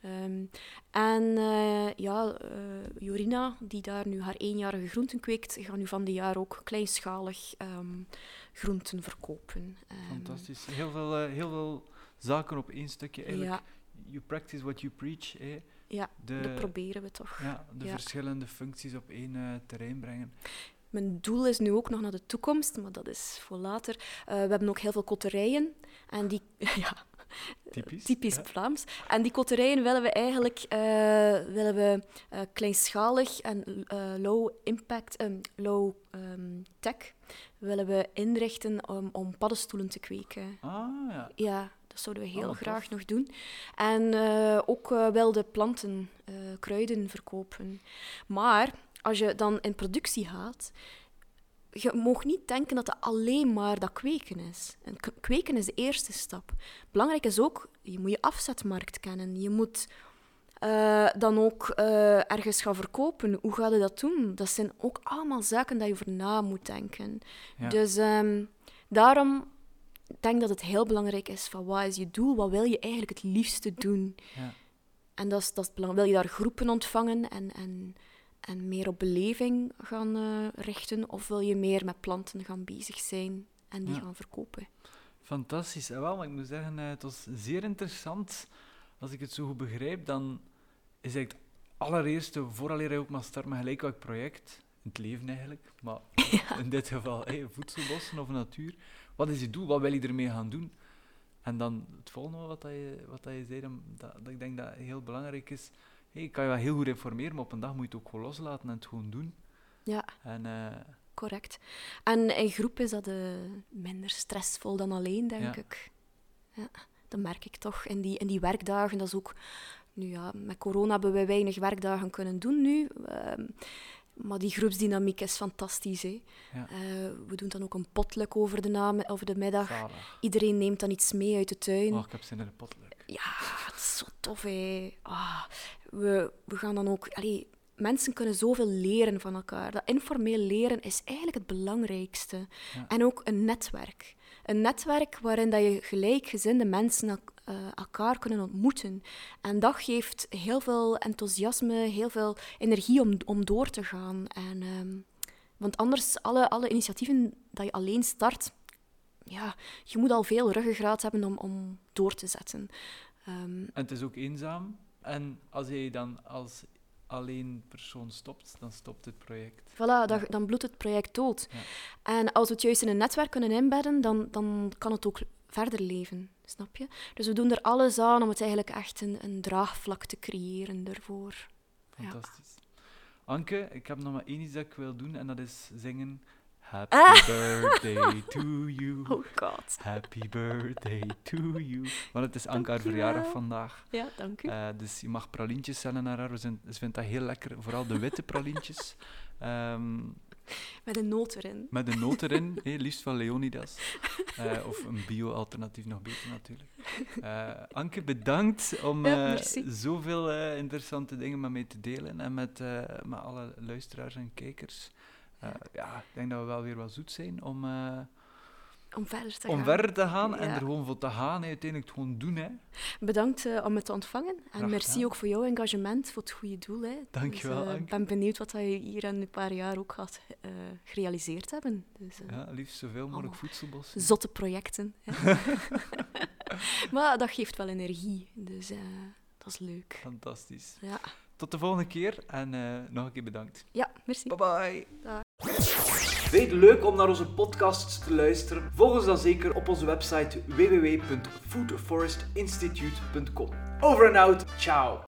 Jorina, die daar nu haar 1-jarige groenten kweekt, gaat nu van die jaar ook kleinschalig groenten verkopen. Fantastisch. Heel veel zaken op één stukje eigenlijk. Ja. You practice what you preach. Hè. Ja, dat proberen we toch. Ja, de verschillende functies op één terrein brengen. Mijn doel is nu ook nog naar de toekomst, maar dat is voor later. We hebben ook heel veel kotterijen. En die... Typisch ja. Vlaams. En die kotterijen willen we eigenlijk kleinschalig en low impact, low tech willen we inrichten om paddenstoelen te kweken. Ah, ja. Ja, dat zouden we heel graag tof. nog doen. En ook wilde planten, kruiden verkopen. Maar als je dan in productie gaat, je mag niet denken dat het alleen maar dat kweken is. En kweken is de eerste stap. Belangrijk is ook, je moet je afzetmarkt kennen. Je moet dan ook ergens gaan verkopen. Hoe ga je dat doen? Dat zijn ook allemaal zaken dat je over na moet denken. Ja. Dus daarom denk ik dat het heel belangrijk is van wat is je doel? Wat wil je eigenlijk het liefste doen? Ja. En dat is belangrijk. Wil je daar groepen ontvangen en meer op beleving gaan richten? Of wil je meer met planten gaan bezig zijn en die gaan verkopen? Fantastisch. Wel, maar ik moet zeggen, het was zeer interessant. Als ik het zo goed begrijp, dan is eigenlijk het allereerste, vooraleer je ook maar start met gelijk welk project, in het leven eigenlijk, maar in dit geval voedselbossen of natuur. Wat is je doel? Wat wil je ermee gaan doen? En dan het volgende wat je zei, dat ik denk dat heel belangrijk is. Ik kan je wel heel goed informeren, maar op een dag moet je het ook gewoon loslaten en het gewoon doen. Ja, en, correct. En in groep is dat minder stressvol dan alleen, denk ik. Ja, dat merk ik toch. In die werkdagen, dat is ook... Nu ja, met corona hebben wij weinig werkdagen kunnen doen nu. Maar die groepsdynamiek is fantastisch. Hè. Ja. We doen dan ook een potluck over de middag. Zalig. Iedereen neemt dan iets mee uit de tuin. Oh, ik heb zin in een potluck. Ja, het is zo tof. Hè. We gaan dan ook... mensen kunnen zoveel leren van elkaar. Dat informeel leren is eigenlijk het belangrijkste. Ja. En ook een netwerk. Een netwerk waarin dat je gelijkgezinde mensen elkaar kunnen ontmoeten. En dat geeft heel veel enthousiasme, heel veel energie om door te gaan. Want anders, alle initiatieven dat je alleen start, ja, je moet al veel ruggengraat hebben om door te zetten. En het is ook eenzaam. En als je dan als alleen persoon stopt, dan stopt het project. Voilà, dan bloedt het project dood. Ja. En als we het juist in een netwerk kunnen inbedden, dan kan het ook verder leven, snap je? Dus we doen er alles aan om het eigenlijk echt een draagvlak te creëren daarvoor. Fantastisch. Ja. Anke, ik heb nog maar één iets dat ik wil doen, en dat is zingen Happy birthday to you. Oh god. Happy birthday to you. Want het is Anke haar verjaardag vandaag. Ja, dank u. Dus je mag pralintjes zenden naar haar. Ze vindt dat heel lekker. Vooral de witte pralintjes. Met een noot erin. Met een noot erin. Liefst van Leonidas. Of een bio-alternatief, nog beter natuurlijk. Anke, bedankt om zoveel interessante dingen met mij te delen. En met alle luisteraars en kijkers. Ik denk dat we wel weer wat zoet zijn om verder te gaan en er gewoon voor te gaan. Uiteindelijk het gewoon doen. Hè. Bedankt om het te ontvangen. En merci ook voor jouw engagement, voor het goede doel. Hè. Dank je wel, Ik ben benieuwd wat je hier in een paar jaar ook gaat gerealiseerd hebben. Dus, liefst zoveel mogelijk voedselbossen. Zotte projecten. Hè. Maar dat geeft wel energie. Dus dat is leuk. Fantastisch. Ja. Tot de volgende keer en nog een keer bedankt. Ja, merci. Bye bye. Dag. Vind je het leuk om naar onze podcasts te luisteren? Volg ons dan zeker op onze website www.foodforestinstitute.com. Over en out. Ciao.